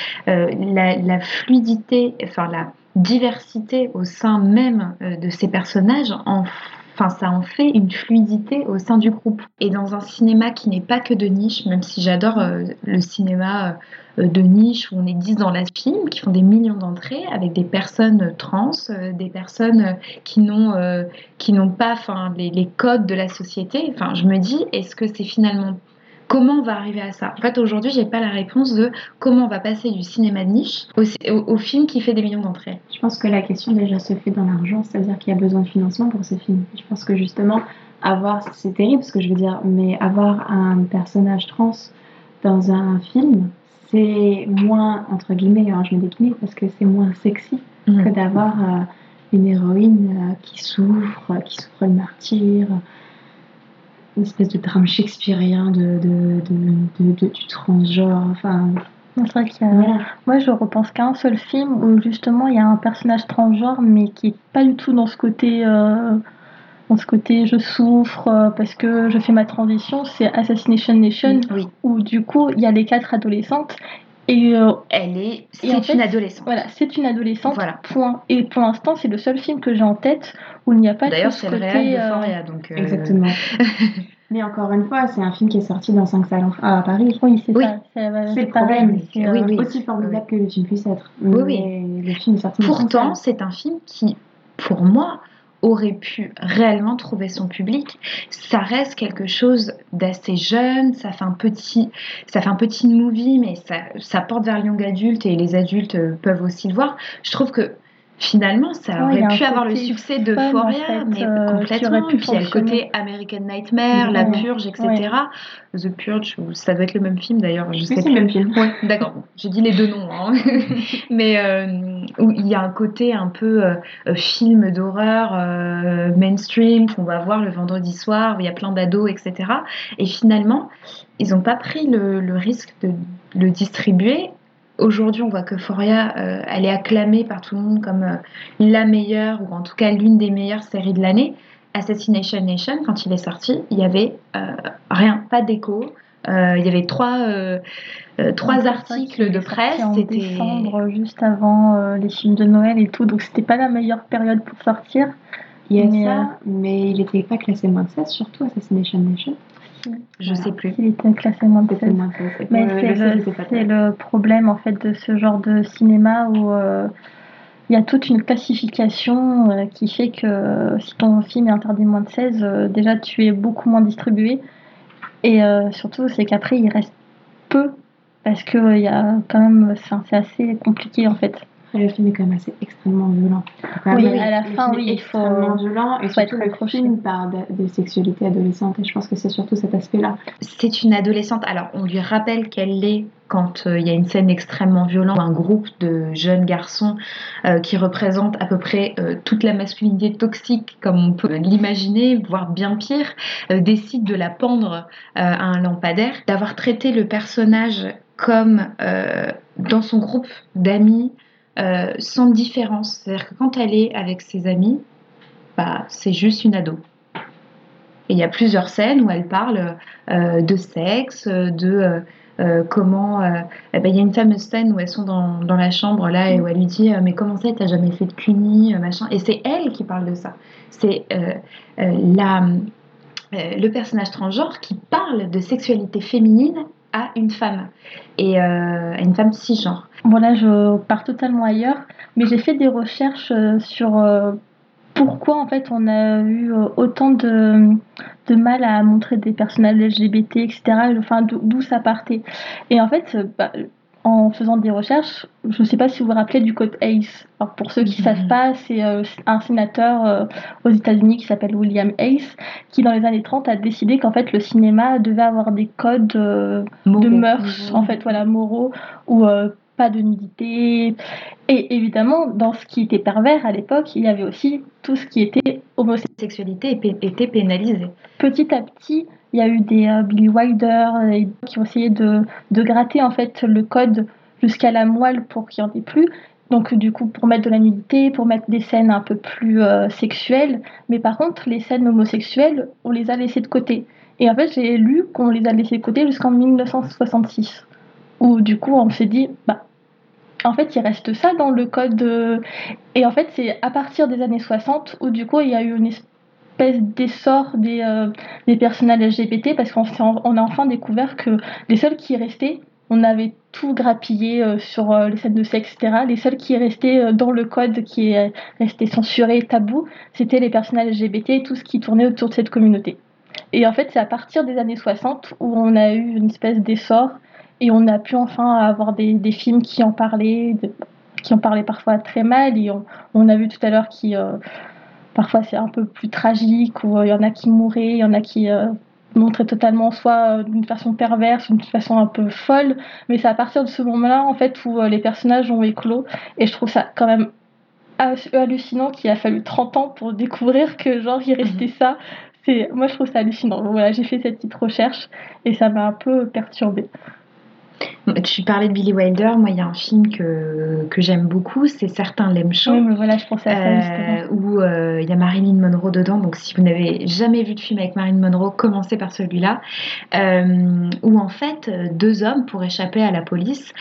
la fluidité, enfin la diversité au sein même de ces personnages ça en fait une fluidité au sein du groupe. Et dans un cinéma qui n'est pas que de niche, même si j'adore le cinéma de niche où on est 10 dans la film, qui font des millions d'entrées, avec des personnes trans, des personnes qui n'ont pas les codes de la société. Enfin, je me dis, est-ce que c'est finalement... Comment on va arriver à ça? En fait, aujourd'hui, j'ai pas la réponse de comment on va passer du cinéma de niche au film qui fait des millions d'entrées. Je pense que la question déjà se fait dans l'argent, c'est-à-dire qu'il y a besoin de financement pour ces films. Je pense que justement, c'est terrible ce que je veux dire, mais avoir un personnage trans dans un film, c'est moins, entre guillemets, alors je mets des guillemets parce que c'est moins sexy que d'avoir une héroïne qui souffre le martyre, une espèce de drame shakespearien du transgenre, enfin... C'est vrai qu'il y a... Voilà. Moi, je repense qu'à un seul film où justement il y a un personnage transgenre, mais qui est pas du tout dans ce côté je souffre parce que je fais ma transition. C'est Assassination Nation, où du coup il y a les 4 adolescentes. Et c'est une adolescente. Voilà, c'est une adolescente. Voilà. Point. Et pour l'instant, c'est le seul film que j'ai en tête où il n'y a pas d'ailleurs, de ce côté. D'ailleurs, c'est le réel d'Euphoria, donc. Exactement. Mais encore une fois, c'est un film qui est sorti dans 5 salles à Paris. Oui, c'est ça. C'est le problème. C'est aussi formidable que le film puisse être. Oui. Le film est sorti dans 5 salles. Pourtant, c'est un film qui, pour moi, aurait pu réellement trouver son public. Ça reste quelque chose d'assez jeune, ça fait un petit movie, mais ça porte vers le young adulte et les adultes peuvent aussi le voir. Je trouve que finalement, ça aurait pu avoir le succès d'Euphoria, mais complètement. Puis il y a le côté American Nightmare, La Purge, etc. Ouais. The Purge, ça doit être le même film d'ailleurs. Je sais c'est le même film. Ouais, d'accord, j'ai dit les deux noms. Hein. Mais où il y a un côté un peu film d'horreur mainstream qu'on va voir le vendredi soir, où il y a plein d'ados, etc. Et finalement, ils n'ont pas pris le risque de le distribuer. Aujourd'hui, on voit que Euphoria, elle est acclamée par tout le monde comme la meilleure, ou en tout cas l'une des meilleures séries de l'année. Assassination Nation, quand il est sorti, il n'y avait rien, pas d'écho. Il y avait trois articles de presse. En décembre, juste avant les films de Noël et tout, donc c'était pas la meilleure période pour sortir. Il y a ça, mais il n'était pas classé moins de 16, surtout Assassination Nation. Je sais plus. Il était classé moins de 16. Mais c'est le problème en fait de ce genre de cinéma où il y a toute une classification qui fait que si ton film est interdit moins de 16, déjà tu es beaucoup moins distribué. Et surtout, c'est qu'après il reste peu parce que il y a quand même, c'est assez compliqué en fait. Le film est quand même extrêmement violent. Oui, à la fin, oui, il faut extrêmement violent et surtout le film parle de sexualité adolescente et je pense que c'est surtout cet aspect-là. C'est une adolescente. Alors, on lui rappelle qu'elle l'est quand il y a une scène extrêmement violente, un groupe de jeunes garçons qui représentent à peu près toute la masculinité toxique, comme on peut l'imaginer, voire bien pire, décide de la pendre à un lampadaire, d'avoir traité le personnage comme dans son groupe d'amis. Sans différence, c'est-à-dire que quand elle est avec ses amis, c'est juste une ado. Et il y a plusieurs scènes où elle parle de sexe, de comment. Il y a une fameuse scène où elles sont dans la chambre là et où elle lui dit mais comment ça, t'as jamais fait de cuni, machin. Et c'est elle qui parle de ça. C'est le personnage transgenre qui parle de sexualité féminine à une femme, et à une femme cisgenre. Bon, là, je pars totalement ailleurs, mais j'ai fait des recherches sur pourquoi, en fait, on a eu autant de mal à montrer des personnages LGBT, etc., enfin, d'où ça partait. Et en fait, en faisant des recherches, je ne sais pas si vous vous rappelez du code ACE. Alors, pour ceux qui ne savent pas, c'est un sénateur aux États-Unis qui s'appelle William ACE, qui, dans les années 30, a décidé qu'en fait, le cinéma devait avoir des codes de mœurs, en fait, voilà, moraux, ou pas de nudité. Et évidemment, dans ce qui était pervers à l'époque, il y avait aussi tout ce qui était homosexualité était pénalisée. Petit à petit, il y a eu des Billy Wilder qui ont essayé de gratter en fait le code jusqu'à la moelle pour qu'il n'y en ait plus. Donc du coup, pour mettre de la nudité, pour mettre des scènes un peu plus sexuelles. Mais par contre, les scènes homosexuelles, on les a laissées de côté. Et en fait, j'ai lu qu'on les a laissées de côté jusqu'en 1966. Où du coup, on s'est dit, en fait, il reste ça dans le code. Et en fait, c'est à partir des années 60 où du coup, il y a eu une espèce d'essor des personnages LGBT parce qu'on a enfin découvert que les seuls qui restaient, on avait tout grappillé sur les scènes de sexe, etc. Les seuls qui restaient dans le code qui est resté censuré, tabou, c'était les personnages LGBT et tout ce qui tournait autour de cette communauté. Et en fait, c'est à partir des années 60 où on a eu une espèce d'essor et on a pu enfin avoir des films qui en parlaient, qui en parlaient parfois très mal. Et on a vu tout à l'heure parfois c'est un peu plus tragique, où il y en a qui mouraient, il y en a qui montraient totalement soit d'une façon perverse, d'une façon un peu folle. Mais c'est à partir de ce moment-là, en fait, où les personnages ont éclos. Et je trouve ça quand même hallucinant qu'il a fallu 30 ans pour découvrir que genre il restait ça. Moi, je trouve ça hallucinant. Donc, voilà, j'ai fait cette petite recherche et ça m'a un peu perturbée. Tu parlais de Billy Wilder, moi il y a un film que j'aime beaucoup, c'est Certains l'aiment chaud. Oui, mais voilà, je pensais à ça justement. Où il y a Marilyn Monroe dedans, donc si vous n'avez jamais vu de film avec Marilyn Monroe, commencez par celui-là. Où en fait, deux hommes, pour échapper à la police,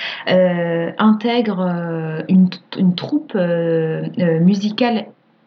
intègrent une troupe musicale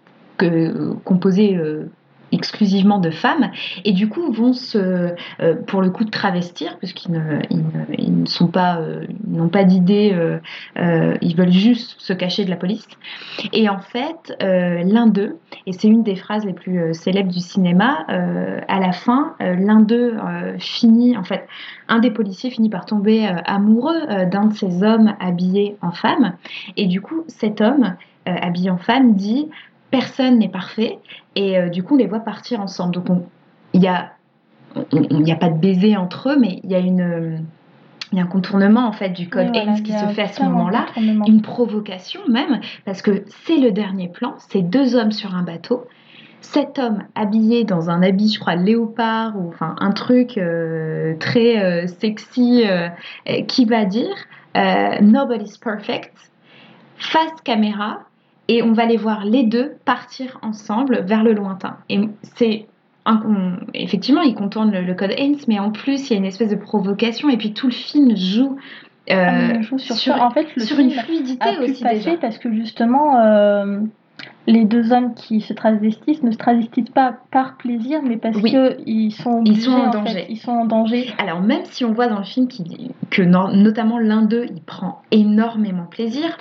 composée exclusivement de femmes, et du coup vont pour le coup de travestir, puisqu'ils ne sont pas, ils n'ont pas d'idée, ils veulent juste se cacher de la police. Et en fait, l'un d'eux, et c'est une des phrases les plus célèbres du cinéma, à la fin, l'un d'eux finit, en fait, un des policiers finit par tomber amoureux d'un de ces hommes habillés en femme, et du coup, cet homme habillé en femme dit: personne n'est parfait, et du coup on les voit partir ensemble. Donc il y a pas de baiser entre eux, mais il y a un contournement en fait du code ACE qui se fait à ce moment-là, une provocation même, parce que c'est le dernier plan, c'est deux hommes sur un bateau, cet homme habillé dans un habit, je crois, léopard, ou enfin un truc très sexy, qui va dire Nobody's perfect, face caméra, et on va les voir les deux partir ensemble vers le lointain. Et c'est effectivement, ils contournent le code ACE, mais en plus, il y a une espèce de provocation, et puis tout le film joue sur en fait, sur une fluidité aussi déjà. Parce que justement, les deux hommes qui se travestissent ne se travestissent pas par plaisir, mais parce qu'ils sont obligés, en danger. Fait, ils sont en danger. Alors même si on voit dans le film que notamment l'un d'eux, il prend énormément plaisir,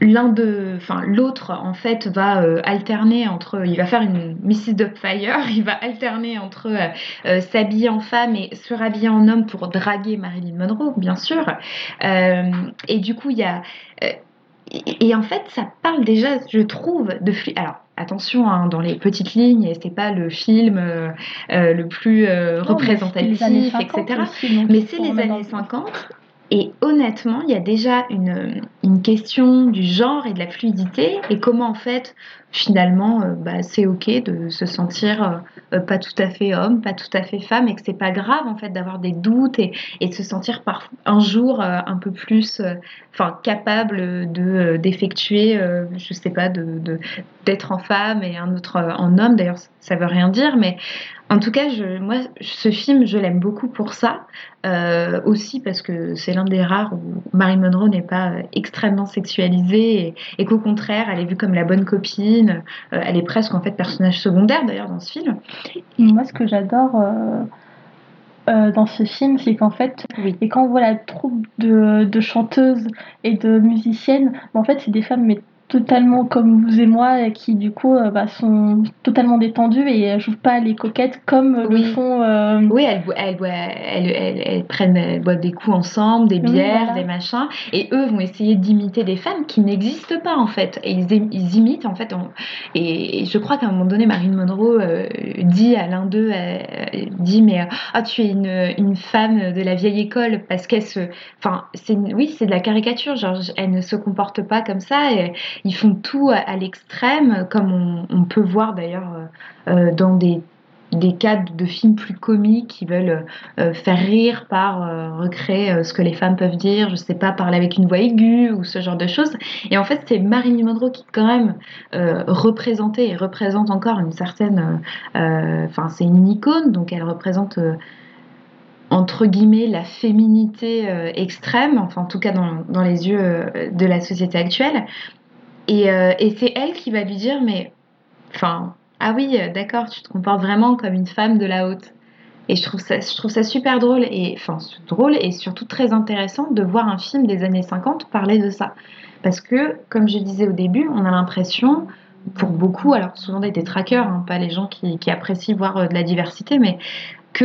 l'autre en fait va alterner entre, il va faire une Mrs. Doubtfire, il va alterner entre s'habiller en femme et se rhabiller en homme pour draguer Marilyn Monroe, bien sûr. Et du coup, il y a et en fait, ça parle déjà, je trouve, de alors. Attention, hein, dans les petites lignes, et c'est pas le film le plus représentatif, etc. Aussi, mais c'est les années 50. Et honnêtement, il y a déjà une question du genre et de la fluidité, et comment en fait, finalement, c'est ok de se sentir pas tout à fait homme, pas tout à fait femme, et que c'est pas grave en fait d'avoir des doutes et de se sentir un jour un peu plus, capable d'effectuer, je sais pas, d'être en femme et un autre en homme. D'ailleurs, ça veut rien dire, mais en tout cas, moi, ce film, je l'aime beaucoup pour ça. Aussi parce que c'est l'un des rares où Marilyn Monroe n'est pas extrêmement sexualisée, et qu'au contraire, elle est vue comme la bonne copine. Elle est presque en fait personnage secondaire d'ailleurs dans ce film. Moi, ce que j'adore dans ce film, c'est qu'en fait, Oui. et quand on voit la troupe de chanteuses et de musiciennes, en fait, c'est des femmes mais totalement comme vous et moi, et qui du coup sont totalement détendues et jouent pas les coquettes comme le Oui. font. Oui, elles prennent, elles boivent des coups ensemble, des Oui, bières, voilà. des machins, et eux vont essayer d'imiter des femmes qui n'existent pas en fait. Et ils imitent en fait. Et je crois qu'à un moment donné, Marilyn Monroe dit à l'un d'eux, dit mais tu es une femme de la vieille école parce enfin oui, c'est de la caricature. Genre, elle ne se comporte pas comme ça. Et ils font tout à l'extrême, comme on peut voir d'ailleurs dans des cas de films plus comiques qui veulent faire rire par recréer ce que les femmes peuvent dire, je sais pas, parler avec une voix aiguë ou ce genre de choses. Et en fait, c'est Marilyn Monroe qui quand même représentait et représente encore une certaine... Enfin, c'est une icône, donc elle représente... entre guillemets, la féminité extrême, enfin en tout cas dans les yeux de la société actuelle. Et c'est elle qui va lui dire, mais, enfin, ah oui, d'accord, tu te comportes vraiment comme une femme de la haute. Et je trouve ça super drôle et surtout très intéressant de voir un film des années 50 parler de ça. Parce que, comme je disais au début, on a l'impression, pour beaucoup, alors souvent des détraqueurs, hein, pas les gens qui apprécient voir de la diversité, mais que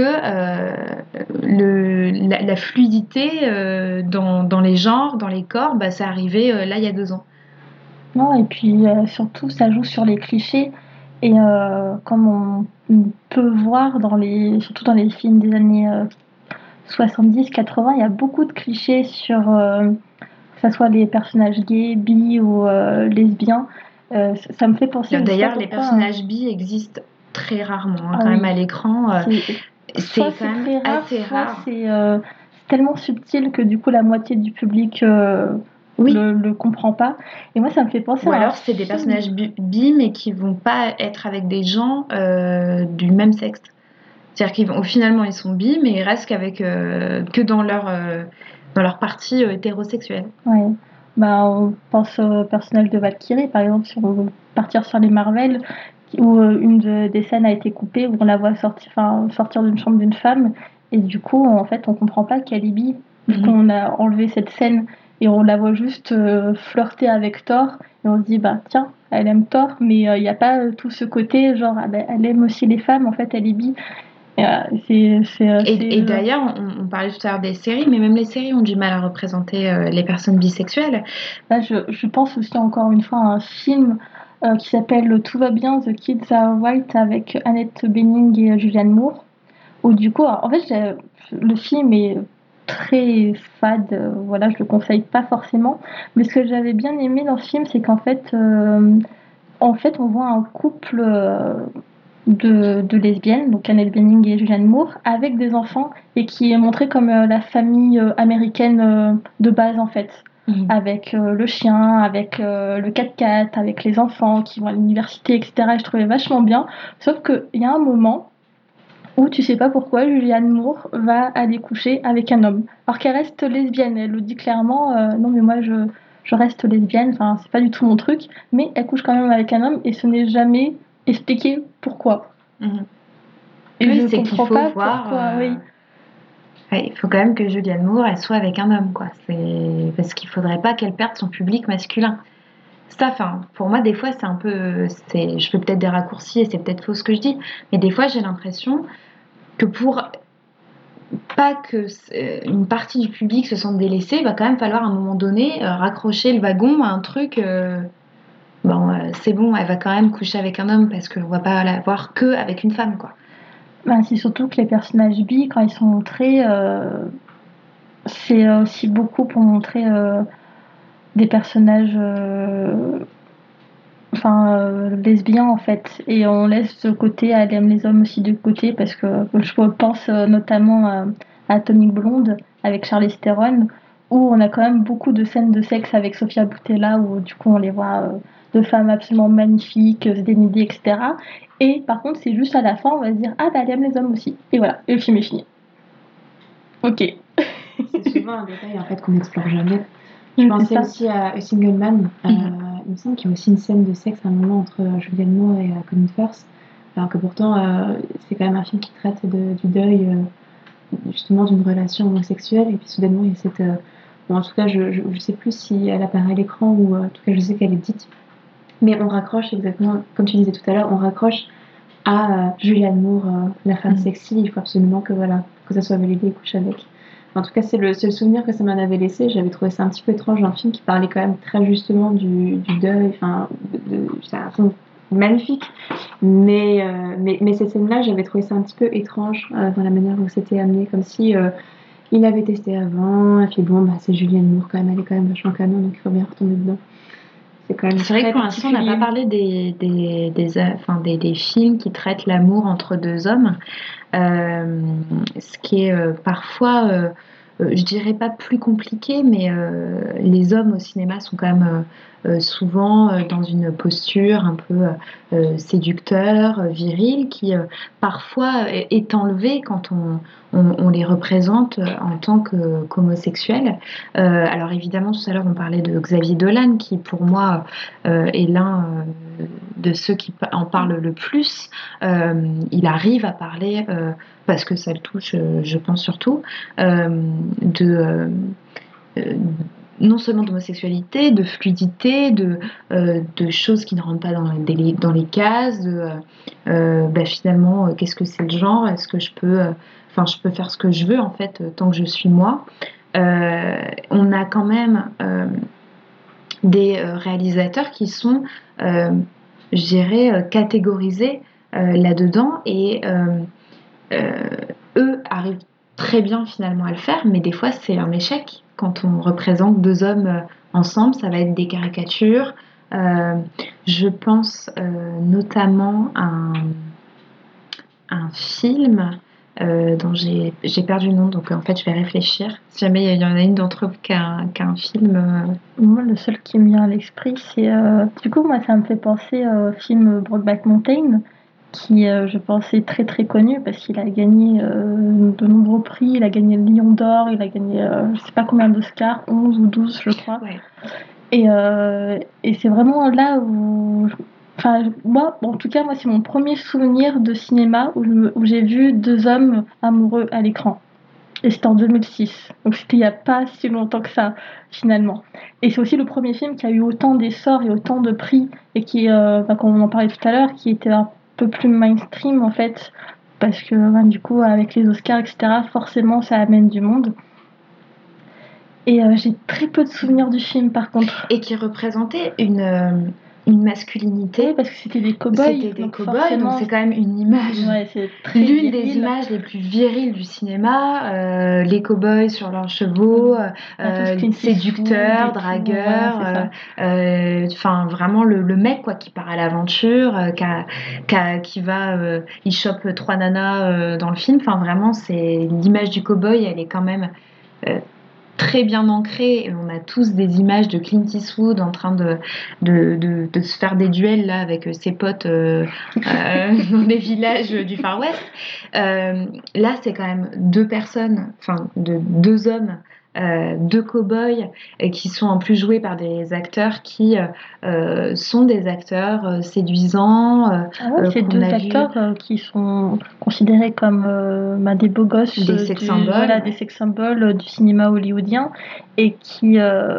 la fluidité dans les genres, dans les corps, c'est arrivé là il y a 2 ans. Non, et puis surtout, ça joue sur les clichés. Et comme on peut voir surtout dans les films des années 70-80, il y a beaucoup de clichés sur que ce soit les personnages gays, bi ou lesbiens. Ça me fait penser. D'ailleurs, les personnages bi existent très rarement, quand même à l'écran. C'est quand même très rare, assez rare. C'est tellement subtil que du coup la moitié du public le comprend pas. Et moi, ça me fait penser Ou à alors c'est des personnages bi mais qui vont pas être avec des gens du même sexe. C'est-à-dire finalement ils sont bi mais ils restent que dans leur partie hétérosexuelle. Ouais. On pense au personnage de Valkyrie, par exemple, si on veut partir sur les Marvel, où une des scènes a été coupée, où on la voit sortir d'une chambre d'une femme, et du coup, en fait, on comprend pas qu'elle est bi. Du coup, on a enlevé cette scène, et on la voit juste flirter avec Thor, et on se dit, tiens, elle aime Thor, mais il n'y a pas tout ce côté, genre, elle aime aussi les femmes, en fait, elle est bi. Et d'ailleurs, on parlait tout à l'heure des séries, mais même les séries ont du mal à représenter les personnes bisexuelles. Là, je pense aussi encore une fois à un film qui s'appelle Tout va bien, The Kids Are White avec Annette Bening et Julianne Moore. Où du coup, en fait, le film est très fade, voilà, je le conseille pas forcément. Mais ce que j'avais bien aimé dans ce film, c'est qu'en fait, on voit un couple de lesbiennes, donc Annette Bening et Julianne Moore, avec des enfants et qui est montré comme la famille américaine de base en fait. Avec le chien, avec le 4x4, avec les enfants qui vont à l'université, etc. Et je trouvais vachement bien. Sauf qu'il y a un moment où tu sais pas pourquoi Julianne Moore va aller coucher avec un homme. Alors qu'elle reste lesbienne. Elle le dit clairement, non mais moi je reste lesbienne, enfin c'est pas du tout mon truc. Mais elle couche quand même avec un homme et ce n'est jamais expliqué pourquoi. Et oui, je c'est qu'il comprends faut pas voir. Pourquoi, oui. Il faut quand même que Julianne Moore elle soit avec un homme, quoi. Parce qu'il faudrait pas qu'elle perde son public masculin. Ça, pour moi, des fois, c'est un peu. Je fais peut-être des raccourcis et c'est peut-être faux ce que je dis, mais des fois, j'ai l'impression que pour pas que une partie du public se sente délaissée, il va quand même falloir à un moment donné raccrocher le wagon à un truc. C'est bon, elle va quand même coucher avec un homme parce qu'on va pas la voir que avec une femme, quoi. C'est surtout que les personnages bi, quand ils sont montrés, c'est aussi beaucoup pour montrer des personnages lesbiens en fait. Et on laisse de côté, elle aime les hommes aussi de côté parce que je pense notamment à Atomic Blonde avec Charlize Theron où on a quand même beaucoup de scènes de sexe avec Sofia Boutella où du coup on les voit de femmes absolument magnifiques, se dénuder, etc. Et par contre, c'est juste à la fin, on va se dire ah elle aime les hommes aussi. Et voilà, et le film est fini. Ok. C'est souvent un détail en fait qu'on n'explore jamais. Je pensais aussi à A Single Man. Il me semble qu'il y a aussi une scène de sexe à un moment entre Julianne Moore et Colin Firth. Alors que pourtant, c'est quand même un film qui traite du deuil justement d'une relation homosexuelle, et puis soudainement il y a cette... bon, en tout cas, je sais plus si elle apparaît à l'écran, ou en tout cas je sais qu'elle est dite, mais on raccroche exactement, comme tu disais tout à l'heure, on raccroche à Julianne Moore, la femme sexy. Il faut absolument que, voilà, que ça soit validé et couche avec. En tout cas, c'est le seul souvenir que ça m'en avait laissé. J'avais trouvé ça un petit peu étrange, un film qui parlait quand même très justement du deuil. Enfin, c'est un film magnifique, mais cette scène-là, j'avais trouvé ça un petit peu étrange dans la manière dont c'était amené, comme si il avait testé avant, et puis bon, bah, c'est Julianne Moore quand même, elle est quand même vachement canon, donc il faut bien retomber dedans. C'est vrai que pour l'instant, on n'a pas parlé des films qui traitent l'amour entre deux hommes, ce qui est parfois, je dirais pas plus compliqué, mais les hommes au cinéma sont quand même souvent dans une posture un peu séducteur, viril, qui parfois est enlevée quand on les représente en tant qu'homosexuels. Alors évidemment, tout à l'heure, on parlait de Xavier Dolan, qui pour moi est l'un de ceux qui en parlent le plus. Il arrive à parler, parce que ça le touche, je pense surtout, non seulement d'homosexualité, de fluidité, de choses qui ne rentrent pas dans les cases, finalement, qu'est-ce que c'est le genre, est-ce que je peux faire ce que je veux, en fait, tant que je suis moi. On a quand même des réalisateurs qui sont, je dirais, catégorisés là-dedans, et eux arrivent très bien finalement à le faire, mais des fois c'est un échec. Quand on représente deux hommes ensemble, ça va être des caricatures. Je pense notamment à un film dont j'ai perdu le nom, donc en fait je vais réfléchir. Si jamais il y en a une d'entre vous qui a un film... Moi, le seul qui me vient à l'esprit, c'est... Du coup, moi, ça me fait penser au film Brokeback Mountain, qui, je pense, est très très connu parce qu'il a gagné de nombreux prix. Il a gagné le Lion d'Or, il a gagné je sais pas combien d'Oscars, 11 ou 12 je crois. Ouais. Et c'est vraiment là où... Enfin, moi, en tout cas, moi, c'est mon premier souvenir de cinéma où j'ai vu deux hommes amoureux à l'écran. Et c'était en 2006. Donc c'était il n'y a pas si longtemps que ça, finalement. Et c'est aussi le premier film qui a eu autant d'essor et autant de prix, et qui, comme on en parlait tout à l'heure, qui était un peu plus mainstream, en fait, parce que du coup, avec les Oscars, etc., forcément, ça amène du monde. Et j'ai très peu de souvenirs du film, par contre. Et qui représentait une masculinité. Oui, parce que c'était des cow-boys. C'était des cow-boys, donc c'est quand même une image. Ouais, c'est très l'une viril. Des images les plus viriles du cinéma. Les cow-boys sur leurs chevaux, séducteurs, dragueurs. Enfin, vraiment le mec quoi, qui part à l'aventure, qui va, il chope 3 nanas dans le film. Enfin, vraiment, c'est l'image du cow-boy, elle est quand même très bien ancré. On a tous des images de Clint Eastwood en train de se faire des duels là avec ses potes dans des villages du Far West. Là, c'est quand même deux personnes, enfin deux hommes, deux cow-boys qui sont en plus joués par des acteurs qui sont des acteurs séduisants. C'est deux acteurs qui sont considérés comme des beaux gosses, des sex symboles, des sex symboles du cinéma hollywoodien, et qui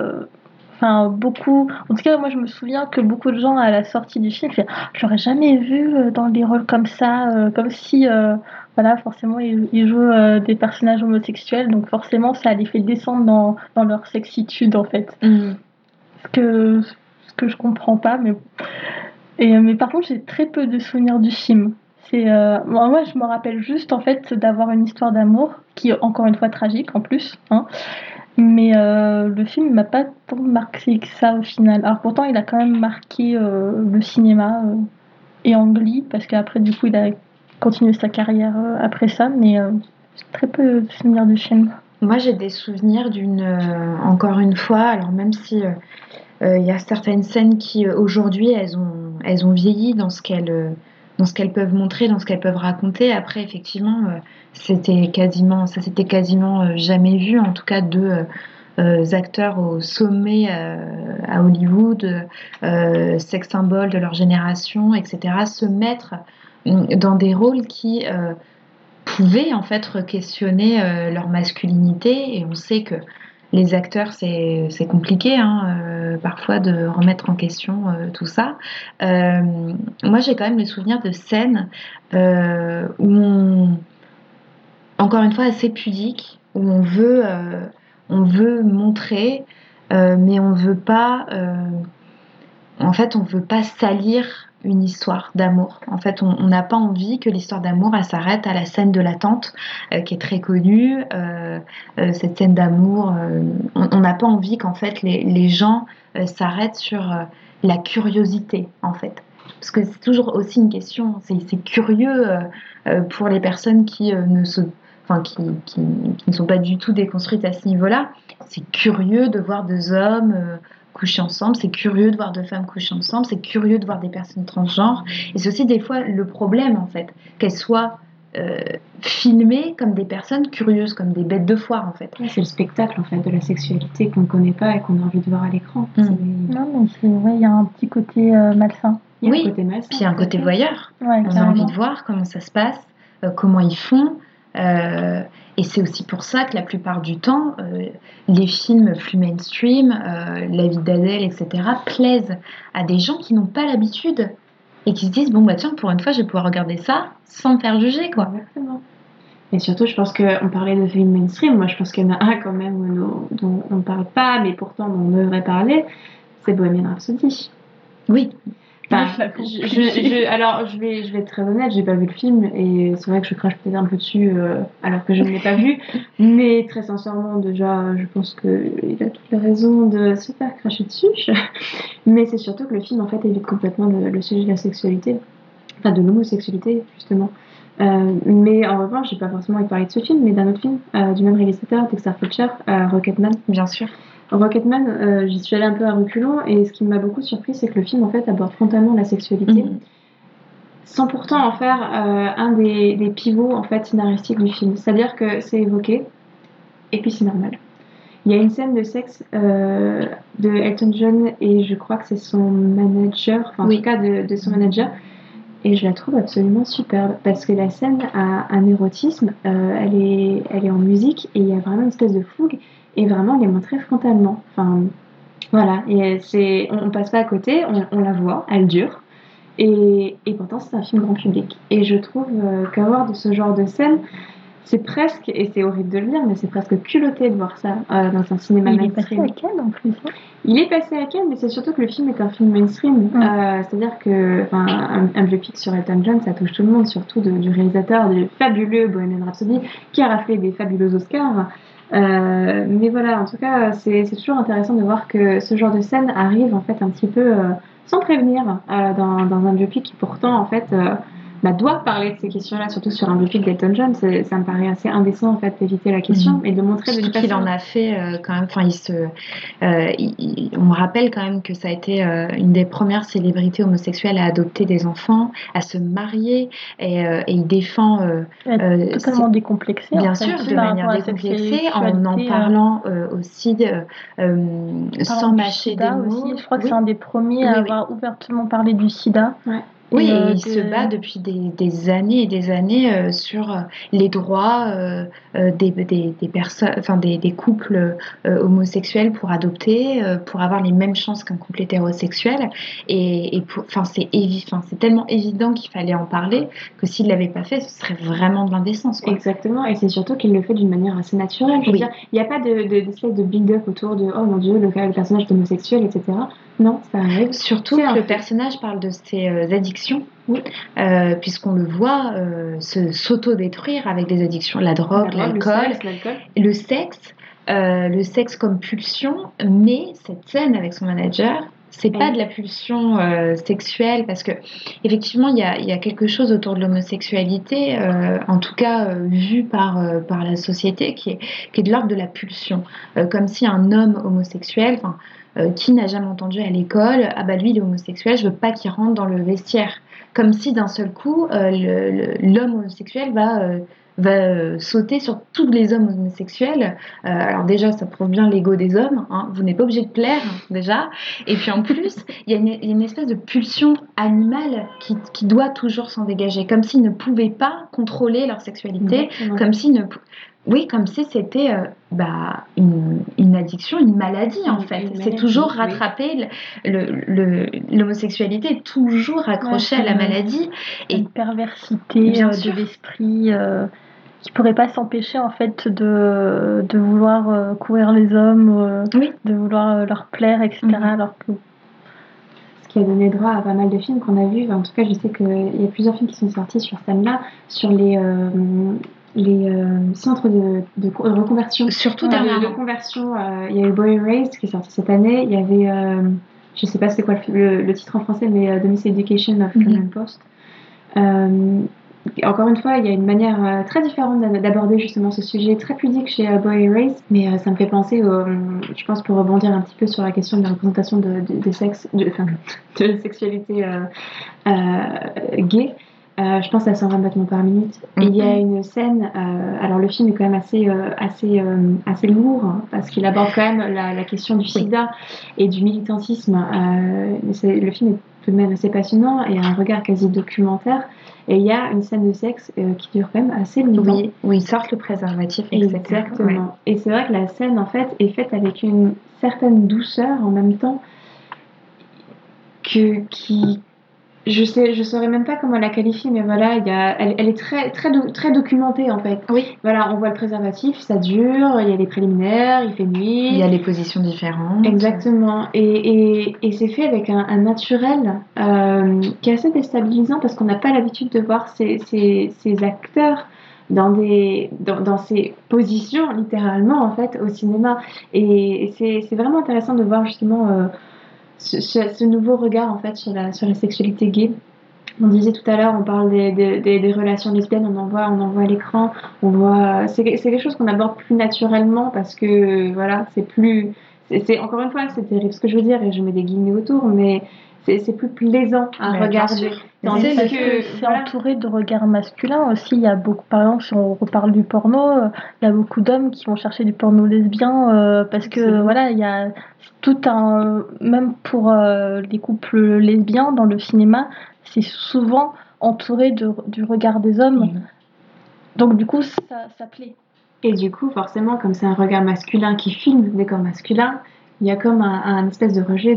beaucoup, en tout cas moi je me souviens que beaucoup de gens à la sortie du film disaient je l'aurais jamais vu dans des rôles comme ça, comme si forcément ils jouent des personnages homosexuels, donc forcément ça les fait descendre dans leur sexitude en fait. Ce que je comprends pas, mais par contre j'ai très peu de souvenirs du film. Moi je me rappelle juste en fait d'avoir une histoire d'amour qui est encore une fois tragique en plus, mais le film m'a pas tant marqué que ça au final. Alors pourtant il a quand même marqué le cinéma et Ang Lee, parce qu'après du coup il a continué sa carrière après ça, mais j'ai très peu de souvenirs du film. Moi j'ai des souvenirs encore une fois, alors même si il y a certaines scènes qui aujourd'hui elles ont vieilli dans ce qu'elles peuvent montrer, dans ce qu'elles peuvent raconter. Après effectivement ça s'était quasiment jamais vu, en tout cas deux acteurs au sommet à Hollywood, sex symboles de leur génération, etc., se mettre dans des rôles qui pouvaient en fait questionner leur masculinité. Et on sait que les acteurs, c'est compliqué parfois de remettre en question tout ça. Moi, j'ai quand même le souvenir de scènes encore une fois, assez pudiques, où on veut montrer, mais on veut pas. En fait, on veut pas salir une histoire d'amour. En fait, on n'a pas envie que l'histoire d'amour elle s'arrête à la scène de l'attente, qui est très connue. Cette scène d'amour, on n'a pas envie qu'en fait les gens s'arrêtent sur la curiosité, en fait. Parce que c'est toujours aussi une question. C'est curieux pour les personnes qui ne sont pas du tout déconstruites à ce niveau-là. C'est curieux de voir deux hommes coucher ensemble, c'est curieux de voir deux femmes coucher ensemble, c'est curieux de voir des personnes transgenres. Et c'est aussi des fois le problème, en fait, qu'elles soient filmées comme des personnes curieuses, comme des bêtes de foire, en fait. Ouais, c'est le spectacle, en fait, de la sexualité qu'on ne connaît pas et qu'on a envie de voir à l'écran. Non, mais c'est vrai, il y a un petit côté malsain. Il y a Oui, un côté malsain, puis il y a un côté voyeur. Ouais, On a envie de voir comment ça se passe, comment ils font. Et c'est aussi pour ça que la plupart du temps, les films plus mainstream, La vie d'Adèle, etc., plaisent à des gens qui n'ont pas l'habitude et qui se disent bon bah tiens, pour une fois, je vais pouvoir regarder ça sans me faire juger, quoi. Exactement. Et surtout, je pense qu'on parlait de films mainstream. Moi, je pense qu'il y en a un quand même dont on ne parle pas, mais pourtant dont on devrait parler. C'est Bohemian Rhapsody. Oui. Enfin, alors, je vais être très honnête, j'ai pas vu le film et c'est vrai que je crache peut-être un peu dessus alors que je ne l'ai pas vu. Mais très sincèrement, déjà, je pense qu'il a toutes les raisons de se faire cracher dessus. Mais c'est surtout que le film, en fait, évite complètement le sujet de la sexualité, enfin de l'homosexualité, justement. Mais en revanche, j'ai pas forcément envie de parler de ce film, mais d'un autre film du même réalisateur, Dexter Fletcher, Rocketman. Bien sûr. Rocketman, j'y suis allée un peu à reculons et ce qui m'a beaucoup surpris, c'est que le film en fait aborde frontalement la sexualité, sans pourtant en faire un des pivots en fait scénaristiques du film. C'est-à-dire que c'est évoqué et puis c'est normal. Il y a une scène de sexe de Elton John et je crois que c'est son manager, enfin en tout cas de son manager. Et je la trouve absolument superbe parce que la scène a un érotisme, elle est en musique et il y a vraiment une espèce de fougue et vraiment elle est montrée frontalement. Enfin, voilà, et on passe pas à côté, on la voit, elle dure et pourtant c'est un film grand public. Et je trouve qu'avoir de ce genre de scène, c'est presque, et c'est horrible de le dire, mais c'est presque culotté de voir ça dans un cinéma mainstream. Il est passé à Cannes en plus. Il est passé à Cannes, mais c'est surtout que le film est un film mainstream. C'est-à-dire que un biopic sur Elton John, ça touche tout le monde, surtout du réalisateur du fabuleux Bohemian Rhapsody, qui a raflé des fabuleux Oscars. Mais voilà, en tout cas, c'est toujours intéressant de voir que ce genre de scène arrive en fait un petit peu sans prévenir dans un biopic qui pourtant en fait doit parler de ces questions-là, surtout sur un biopic d'Elton John. Ça me paraît assez indécent en fait d'éviter la question et de montrer surtout qu'il en a fait quand même. Enfin, on me rappelle quand même que ça a été une des premières célébrités homosexuelles à adopter des enfants, à se marier et il défend totalement décomplexé. Bien sûr, de manière décomplexée, en parlant aussi sans mâcher des mots. Aussi, je crois que c'est un des premiers à avoir ouvertement parlé du SIDA. Ouais. Oui, et il se bat depuis des années et des années sur les droits des personnes, enfin des couples homosexuels pour adopter, pour avoir les mêmes chances qu'un couple hétérosexuel. C'est tellement évident qu'il fallait en parler que s'il l'avait pas fait, ce serait vraiment de l'indécence, quoi. Exactement, et c'est surtout qu'il le fait d'une manière assez naturelle. Je veux dire, il n'y a pas d'espèce de build-up autour de oh mon Dieu, le personnage est homosexuel, etc. Non, ça arrive. Surtout que le personnage parle de ses addictions, puisqu'on le voit s'auto-détruire avec des addictions, la drogue, l'alcool, le sexe comme pulsion. Mais cette scène avec son manager, c'est pas de la pulsion sexuelle, parce que effectivement il y a quelque chose autour de l'homosexualité, en tout cas vu par la société, qui est de l'ordre de la pulsion, comme si un homme homosexuel, qui n'a jamais entendu à l'école, ah bah lui il est homosexuel, je veux pas qu'il rentre dans le vestiaire, comme si d'un seul coup l'homme homosexuel va va sauter sur tous les hommes homosexuels. Alors déjà, ça prouve bien l'ego des hommes, hein. Vous n'êtes pas obligé de plaire, déjà. Et puis en plus, il y a une espèce de pulsion animale qui doit toujours s'en dégager, comme s'ils ne pouvaient pas contrôler leur sexualité, Exactement. comme si c'était une addiction, une maladie en fait. Une C'est maladie, toujours oui. rattrapé, l'homosexualité est toujours accrochée Ouais, à la maladie. Et Une perversité Bien de sûr. l'esprit qui pourrait pas s'empêcher en fait de vouloir courir les hommes, oui, de vouloir leur plaire, etc. Mhm. Alors que Ce qui a donné droit à pas mal de films qu'on a vus. En tout cas, je sais qu'il y a plusieurs films qui sont sortis sur ce thème-là, sur les centres de reconversion. surtout Enfin, de dernièrement. conversion. Il y a eu Boy Erased qui est sorti cette année. Il y avait, je sais pas c'est quoi le titre en français, mais The Miseducation of Cameron Post. Encore une fois, il y a une manière très différente d'aborder justement ce sujet très pudique chez Boy Erased, mais ça me fait penser, je pense, pour rebondir un petit peu sur la question de la représentation des sexes, de la sexualité gay. Je pense à 120 battements par minute. Et il y a une scène, alors le film est quand même assez lourd, hein, parce qu'il aborde quand même la question du sida et du militantisme. Le film est tout de même assez passionnant et a un regard quasi documentaire. Et il y a une scène de sexe qui dure quand même assez longtemps. Oui, où ils sortent le préservatif, etc. Exactement. Ouais. Et c'est vrai que la scène, en fait, est faite avec une certaine douceur en même temps je saurais même pas comment la qualifier, mais voilà, elle est très documentée en fait. Oui. Voilà, on voit le préservatif, ça dure, il y a les préliminaires, il fait nuit. Il y a les positions différentes. Exactement. Et c'est fait avec un naturel qui est assez déstabilisant parce qu'on n'a pas l'habitude de voir ces acteurs dans ces positions, littéralement, en fait, au cinéma. Et c'est vraiment intéressant de voir justement ce nouveau regard, en fait, sur la sexualité gay. On disait tout à l'heure, on parle des relations lesbiennes, on en voit à l'écran, c'est quelque chose qu'on aborde plus naturellement parce que voilà, c'est encore une fois, c'est terrible ce que je veux dire et je mets des guillemets autour, mais c'est plus plaisant à regarder. Tandis que c'est entouré de regards masculins aussi. Il y a beaucoup, par exemple, si on reparle du porno, il y a beaucoup d'hommes qui vont chercher du porno lesbien parce que voilà, il y a tout même pour les couples lesbiens dans le cinéma, c'est souvent entouré du regard des hommes. Donc du coup, ça plaît. Et du coup, forcément, comme c'est un regard masculin qui filme des corps masculins, il y a comme un espèce de rejet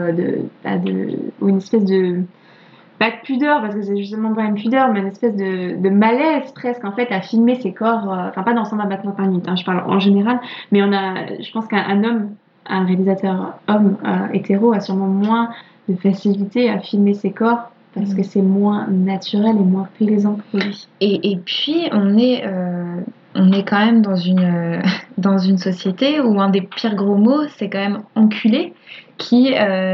ou une espèce de pas de pudeur parce que c'est justement pas une pudeur mais une espèce de malaise presque en fait à filmer ces corps enfin pas dans 120 battements par minute, hein, je parle en général, mais je pense un réalisateur homme hétéro a sûrement moins de facilité à filmer ses corps parce que c'est moins naturel et moins plaisant pour lui. Et puis on est quand même dans une société où un des pires gros mots, c'est quand même enculé, qui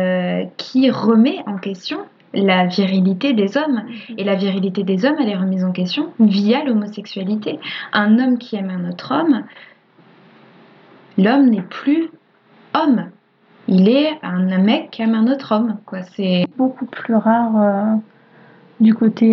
remet en question la virilité des hommes. Et la virilité des hommes, elle est remise en question via l'homosexualité. Un homme qui aime un autre homme, l'homme n'est plus homme. Il est un mec qui aime un autre homme, quoi. C'est beaucoup plus rare du côté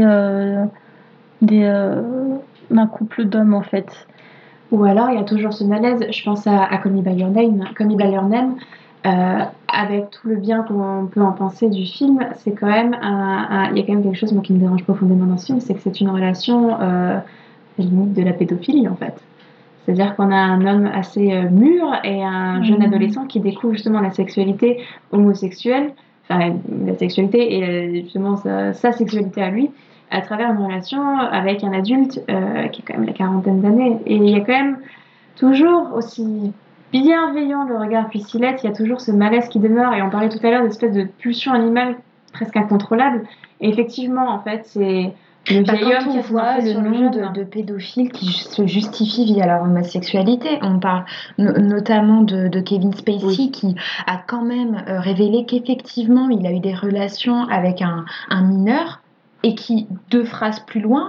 d'un couple d'hommes en fait. Ou alors il y a toujours ce malaise, je pense à Call Me By Your Name, avec tout le bien qu'on peut en penser du film, c'est quand même il y a quand même quelque chose moi, qui me dérange profondément dans ce film, c'est que c'est une relation à la limite de la pédophilie en fait. C'est-à-dire qu'on a un homme assez mûr et un jeune adolescent qui découvre justement la sexualité homosexuelle, enfin la sexualité et justement sa sexualité à lui, à travers une relation avec un adulte qui a quand même la quarantaine d'années. Et il y a quand même toujours, aussi bienveillant le regard puisse-t-il être, il y a toujours ce malaise qui demeure. Et on parlait tout à l'heure d'espèce de pulsion animale presque incontrôlable. Et effectivement, en fait, c'est le vieil homme qui voit le nombre de pédophiles qui se justifient via leur homosexualité. On parle notamment de Kevin Spacey qui a quand même révélé qu'effectivement il a eu des relations avec un mineur et qui, 2 phrases plus loin,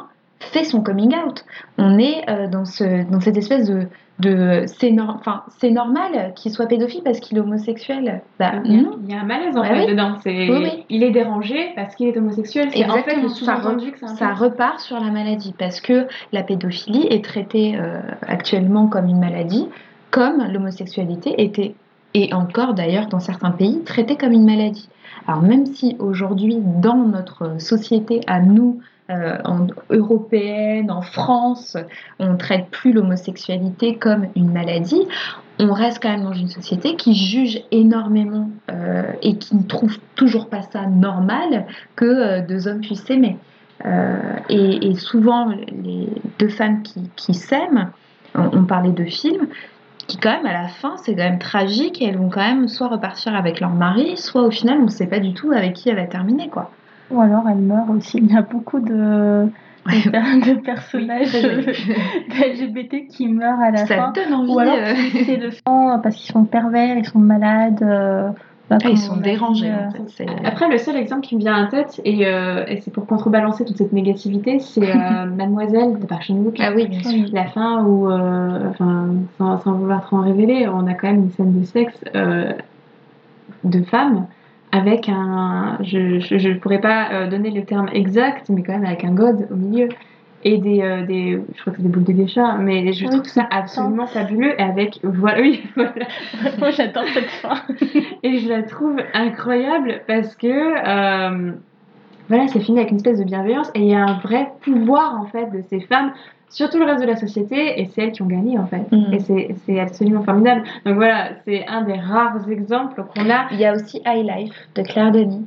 fait son coming out. On est dans cette espèce c'est normal qu'il soit pédophile parce qu'il est homosexuel. Bah non. Il y a un malaise en Ouais, fait oui. dedans. Oui. Il est dérangé parce qu'il est homosexuel. C'est en fait Exactement. le sous-entendu que Ça repart sur la maladie parce que la pédophilie est traitée actuellement comme une maladie, comme l'homosexualité était, et encore d'ailleurs dans certains pays, traitée comme une maladie. Alors même si aujourd'hui, dans notre société à nous, européenne, en France, on ne traite plus l'homosexualité comme une maladie, on reste quand même dans une société qui juge énormément et qui ne trouve toujours pas ça normal que deux hommes puissent s'aimer. Et souvent, les deux femmes qui s'aiment, on parlait de films, qui quand même à la fin c'est quand même tragique et elles vont quand même soit repartir avec leur mari, soit au final on ne sait pas du tout avec qui elle va terminer quoi. Ou alors elle meurt aussi. Il y a beaucoup de personnages LGBT qui meurent à la fin. Ça donne envie. Ou alors c'est le sang parce qu'ils sont pervers, ils sont malades. Ils sont dérangés. En fait. Après, le seul exemple qui me vient en tête, et c'est pour contrebalancer toute cette négativité, c'est Mademoiselle de Park Chan-wook. Ah oui, bien sûr. La fin où, sans vouloir trop en révéler, on a quand même une scène de sexe de femmes avec je pourrais pas donner le terme exact, mais quand même avec un god au milieu. Et je crois que c'est des boules de geisha, mais je trouve ça absolument fabuleux. Et avec, voilà. Moi, j'adore cette fin. Et je la trouve incroyable parce que, voilà, c'est fini avec une espèce de bienveillance et il y a un vrai pouvoir, en fait, de ces femmes sur tout le reste de la société et c'est elles qui ont gagné, en fait. Et c'est absolument formidable. Donc voilà, c'est un des rares exemples qu'on a. Il y a aussi High Life de Claire Denis,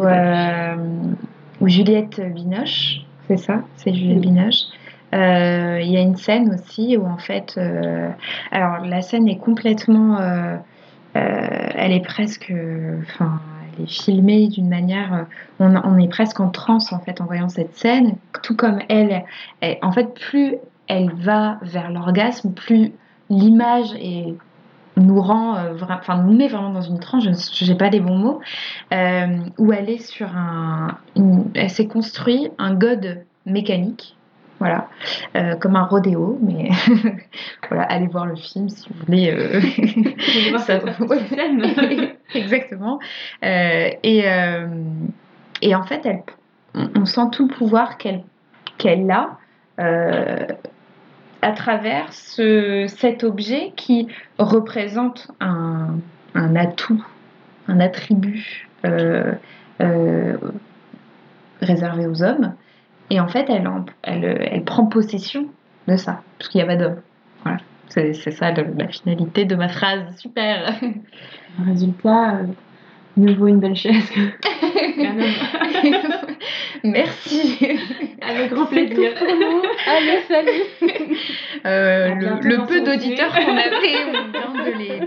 où Juliette Binoche. C'est ça, c'est Juliette Binoche. Il y a une scène aussi où en fait, alors la scène est complètement, elle est presque, elle est filmée d'une manière, on est presque en transe en fait en voyant cette scène, tout comme elle en fait, plus elle va vers l'orgasme, plus l'image nous rend, nous met vraiment dans une tranche, je n'ai pas les bons mots, où elle est sur elle s'est construit un god mécanique, voilà, comme un rodéo, mais voilà, allez voir le film si vous voulez. Exactement. Et en fait, on sent tout le pouvoir qu'elle a. À travers cet objet qui représente un atout, un attribut réservé aux hommes. Et en fait, elle prend possession de ça, parce qu'il n'y a pas d'homme. Voilà. C'est ça la finalité de ma phrase. Super. Le résultat mieux vaut une belle chaise qu'un homme. Merci. Avec grand plaisir. Allez, salut. Le peu d'auditeurs qu'on avait, on vient de les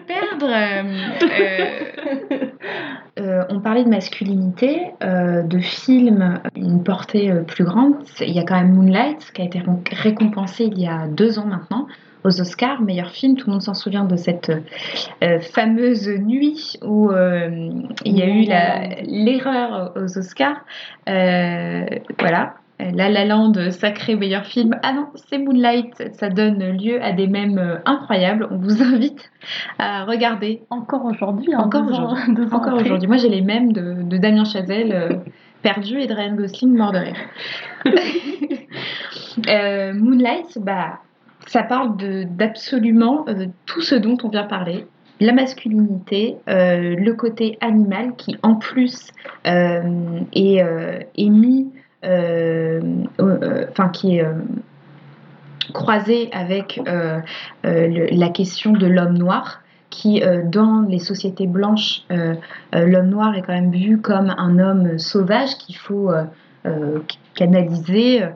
perdre. On parlait de masculinité, de films, une portée plus grande. Il y a quand même Moonlight qui a été récompensé il y a 2 ans maintenant aux Oscars, meilleur film. Tout le monde s'en souvient de cette fameuse nuit où il y a eu l'erreur aux Oscars. Voilà. La La Land, sacré meilleur film. Ah non, c'est Moonlight. Ça donne lieu à des mèmes incroyables. On vous invite à regarder. Encore aujourd'hui. Encore aujourd'hui. Moi, j'ai les mèmes de Damien Chazelle perdu et de Ryan Gosling mort de rire. Moonlight, ça parle d'absolument tout ce dont on vient parler. La masculinité, le côté animal qui en plus est mis, qui est croisé avec la question de l'homme noir, qui dans les sociétés blanches, l'homme noir est quand même vu comme un homme sauvage qu'il faut canaliser,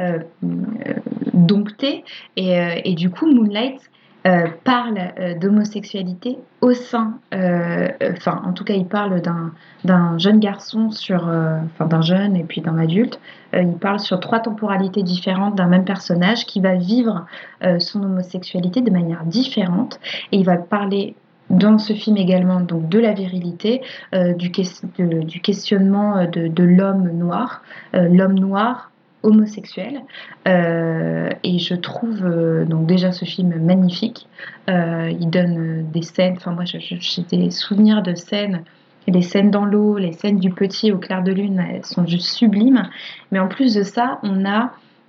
dompter, et du coup Moonlight parle d'homosexualité au sein, en tout cas il parle d'un jeune garçon d'un jeune et puis d'un adulte. Il parle sur 3 temporalités différentes d'un même personnage qui va vivre son homosexualité de manière différente, et il va parler dans ce film également donc de la virilité, du questionnement de l'homme noir. L'homme noir homosexuel. Et je trouve donc déjà ce film magnifique. Il donne des scènes, enfin moi j'ai des souvenirs de scènes, les scènes dans l'eau, les scènes du petit au clair de lune, elles sont juste sublimes. Mais en plus de ça, on a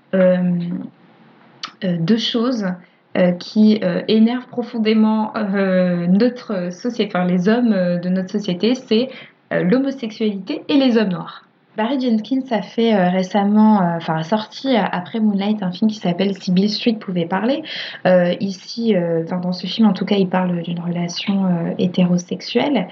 deux choses qui énervent profondément notre société, enfin les hommes de notre société, c'est l'homosexualité et les hommes noirs. Barry Jenkins a fait récemment, a sorti après Moonlight un film qui s'appelle Si Beale Street pouvait parler. Ici, dans ce film, en tout cas, il parle d'une relation hétérosexuelle.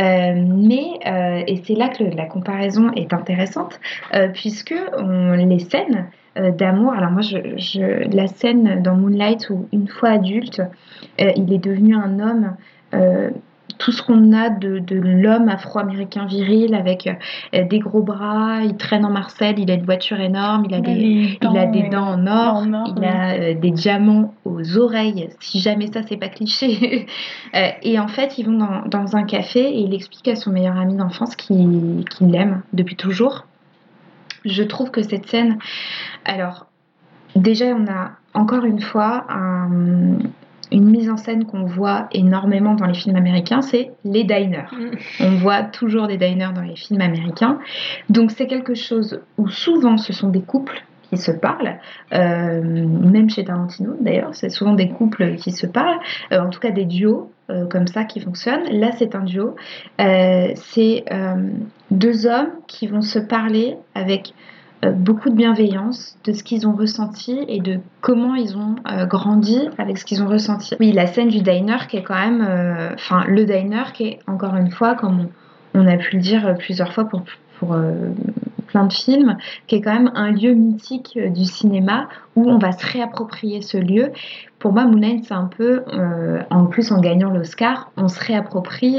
Et c'est là que la comparaison est intéressante, puisque les scènes d'amour. Alors moi, la scène dans Moonlight où, une fois adulte, il est devenu un homme. Tout ce qu'on a de l'homme afro-américain viril avec des gros bras, il traîne en Marcel, il a une voiture énorme, il a des dents en or, il a des diamants aux oreilles, si jamais ça c'est pas cliché. Et en fait, ils vont dans un café et il explique à son meilleur ami d'enfance qu'il l'aime depuis toujours. Je trouve que cette scène, alors déjà on a encore une fois une mise en scène qu'on voit énormément dans les films américains, c'est les diners. On voit toujours des diners dans les films américains. Donc c'est quelque chose où souvent ce sont des couples qui se parlent, même chez Tarantino d'ailleurs, c'est souvent des couples qui se parlent, en tout cas des duos comme ça qui fonctionnent. Là c'est un duo, c'est deux hommes qui vont se parler avec beaucoup de bienveillance de ce qu'ils ont ressenti et de comment ils ont grandi avec ce qu'ils ont ressenti. Oui, la scène du diner qui est quand même... le diner qui est, encore une fois, comme on a pu le dire plusieurs fois pour plein de films, qui est quand même un lieu mythique du cinéma où on va se réapproprier ce lieu. Pour moi, Moonlight, c'est un peu... en plus, en gagnant l'Oscar, on se réapproprie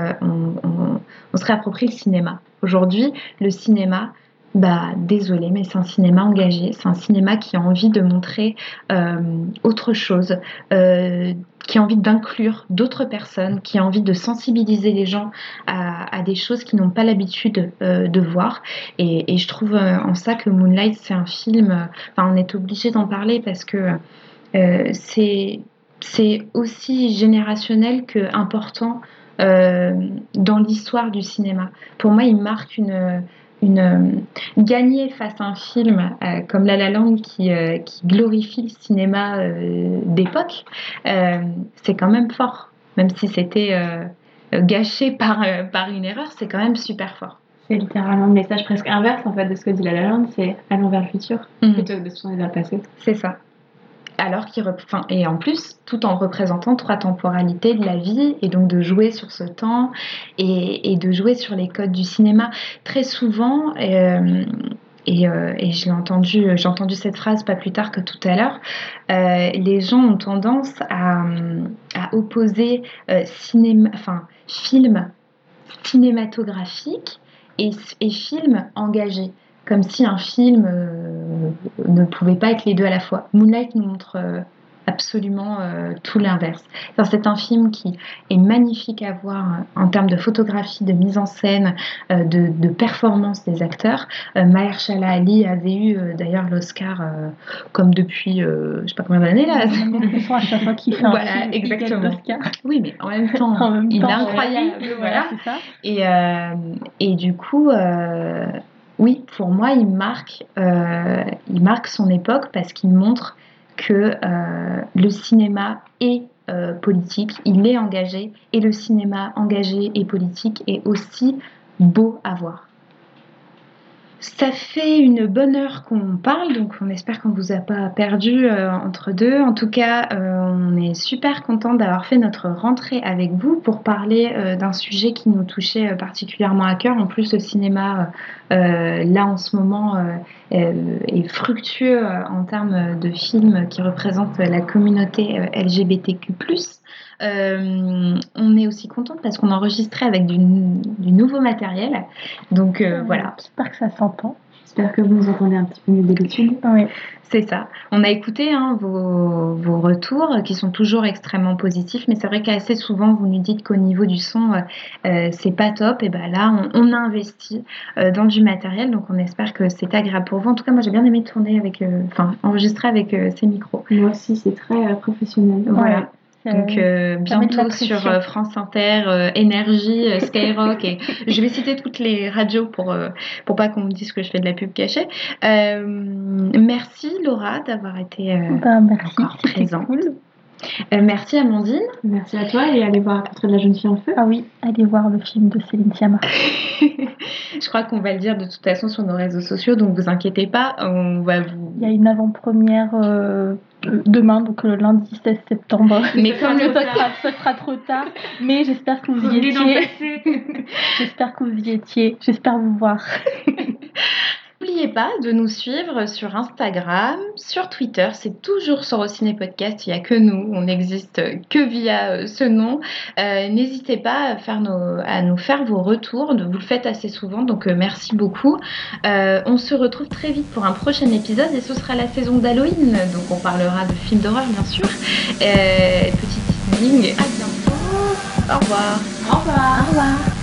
le cinéma. Aujourd'hui, le cinéma... désolé, mais c'est un cinéma engagé, c'est un cinéma qui a envie de montrer autre chose, qui a envie d'inclure d'autres personnes, qui a envie de sensibiliser les gens à des choses qu'ils n'ont pas l'habitude de voir. Et je trouve en ça que Moonlight, c'est un film, on est obligé d'en parler parce que c'est aussi générationnel que important dans l'histoire du cinéma. Pour moi, il marque gagner face à un film comme La La Land qui glorifie le cinéma d'époque, c'est quand même fort, même si c'était gâché par une erreur, c'est quand même super fort. C'est littéralement le message presque inverse en fait de ce que dit La La Land, c'est allons vers le futur plutôt que de se tourner vers le passé. C'est ça. Alors et en plus, tout en représentant 3 temporalités de la vie, et donc de jouer sur ce temps et de jouer sur les codes du cinéma. Très souvent, et j'ai entendu cette phrase pas plus tard que tout à l'heure, les gens ont tendance à opposer film cinématographique et film engagé. Comme si un film ne pouvait pas être les deux à la fois. Moonlight nous montre absolument tout l'inverse. C'est un film qui est magnifique à voir en termes de photographie, de mise en scène, de performance des acteurs. Mahershala Ali avait eu d'ailleurs l'Oscar comme depuis je sais pas combien d'années là. À chaque fois qu'il fait un film, exactement. il gagne l'Oscar. Oui, mais en même temps, il est incroyable. Voilà. C'est ça. Et du coup... oui, pour moi, il marque son époque parce qu'il montre que le cinéma est politique, il est engagé, et le cinéma engagé et politique est aussi beau à voir. Ça fait une bonne heure qu'on parle, donc on espère qu'on ne vous a pas perdu entre deux. En tout cas, on est super content d'avoir fait notre rentrée avec vous pour parler d'un sujet qui nous touchait particulièrement à cœur. En plus, le cinéma, là en ce moment, est fructueux en termes de films qui représentent la communauté LGBTQ+. On est aussi contente parce qu'on enregistrait avec du nouveau matériel, donc voilà. J'espère que ça s'entend. J'espère que vous nous entendez un petit peu mieux d'habitude. Oui. C'est ça. On a écouté vos retours qui sont toujours extrêmement positifs, mais c'est vrai qu'assez souvent vous nous dites qu'au niveau du son, c'est pas top. Et ben là, on a investi dans du matériel, donc on espère que c'est agréable pour vous. En tout cas, moi j'ai bien aimé tourner enregistrer avec ces micros. Moi aussi, c'est très professionnel. Voilà. Ouais. Donc bientôt sur pression. France Inter, Énergie, Skyrock et je vais citer toutes les radios pour pas qu'on me dise que je fais de la pub cachée. Merci Laura d'avoir été Merci, encore c'était présente. cool. Merci Amandine. Merci à toi et allez voir Portrait de la jeune fille en feu. Ah oui, allez voir le film de Céline Sciamma. Je crois qu'on va le dire de toute façon sur nos réseaux sociaux, donc vous inquiétez pas, on va vous... Il y a une avant-première demain, donc le lundi 16 septembre. Mais comme le ce sera trop tard, mais j'espère que vous y étiez. J'espère que vous y étiez. J'espère vous voir. N'oubliez pas de nous suivre sur Instagram, sur Twitter, c'est toujours Sorociné Podcast, il n'y a que nous, on n'existe que via ce nom. N'hésitez pas à nous faire vos retours, vous le faites assez souvent, donc merci beaucoup. On se retrouve très vite pour un prochain épisode et ce sera la saison d'Halloween, donc on parlera de films d'horreur bien sûr. Petit teasing, à bientôt, au revoir. Au revoir. Au revoir.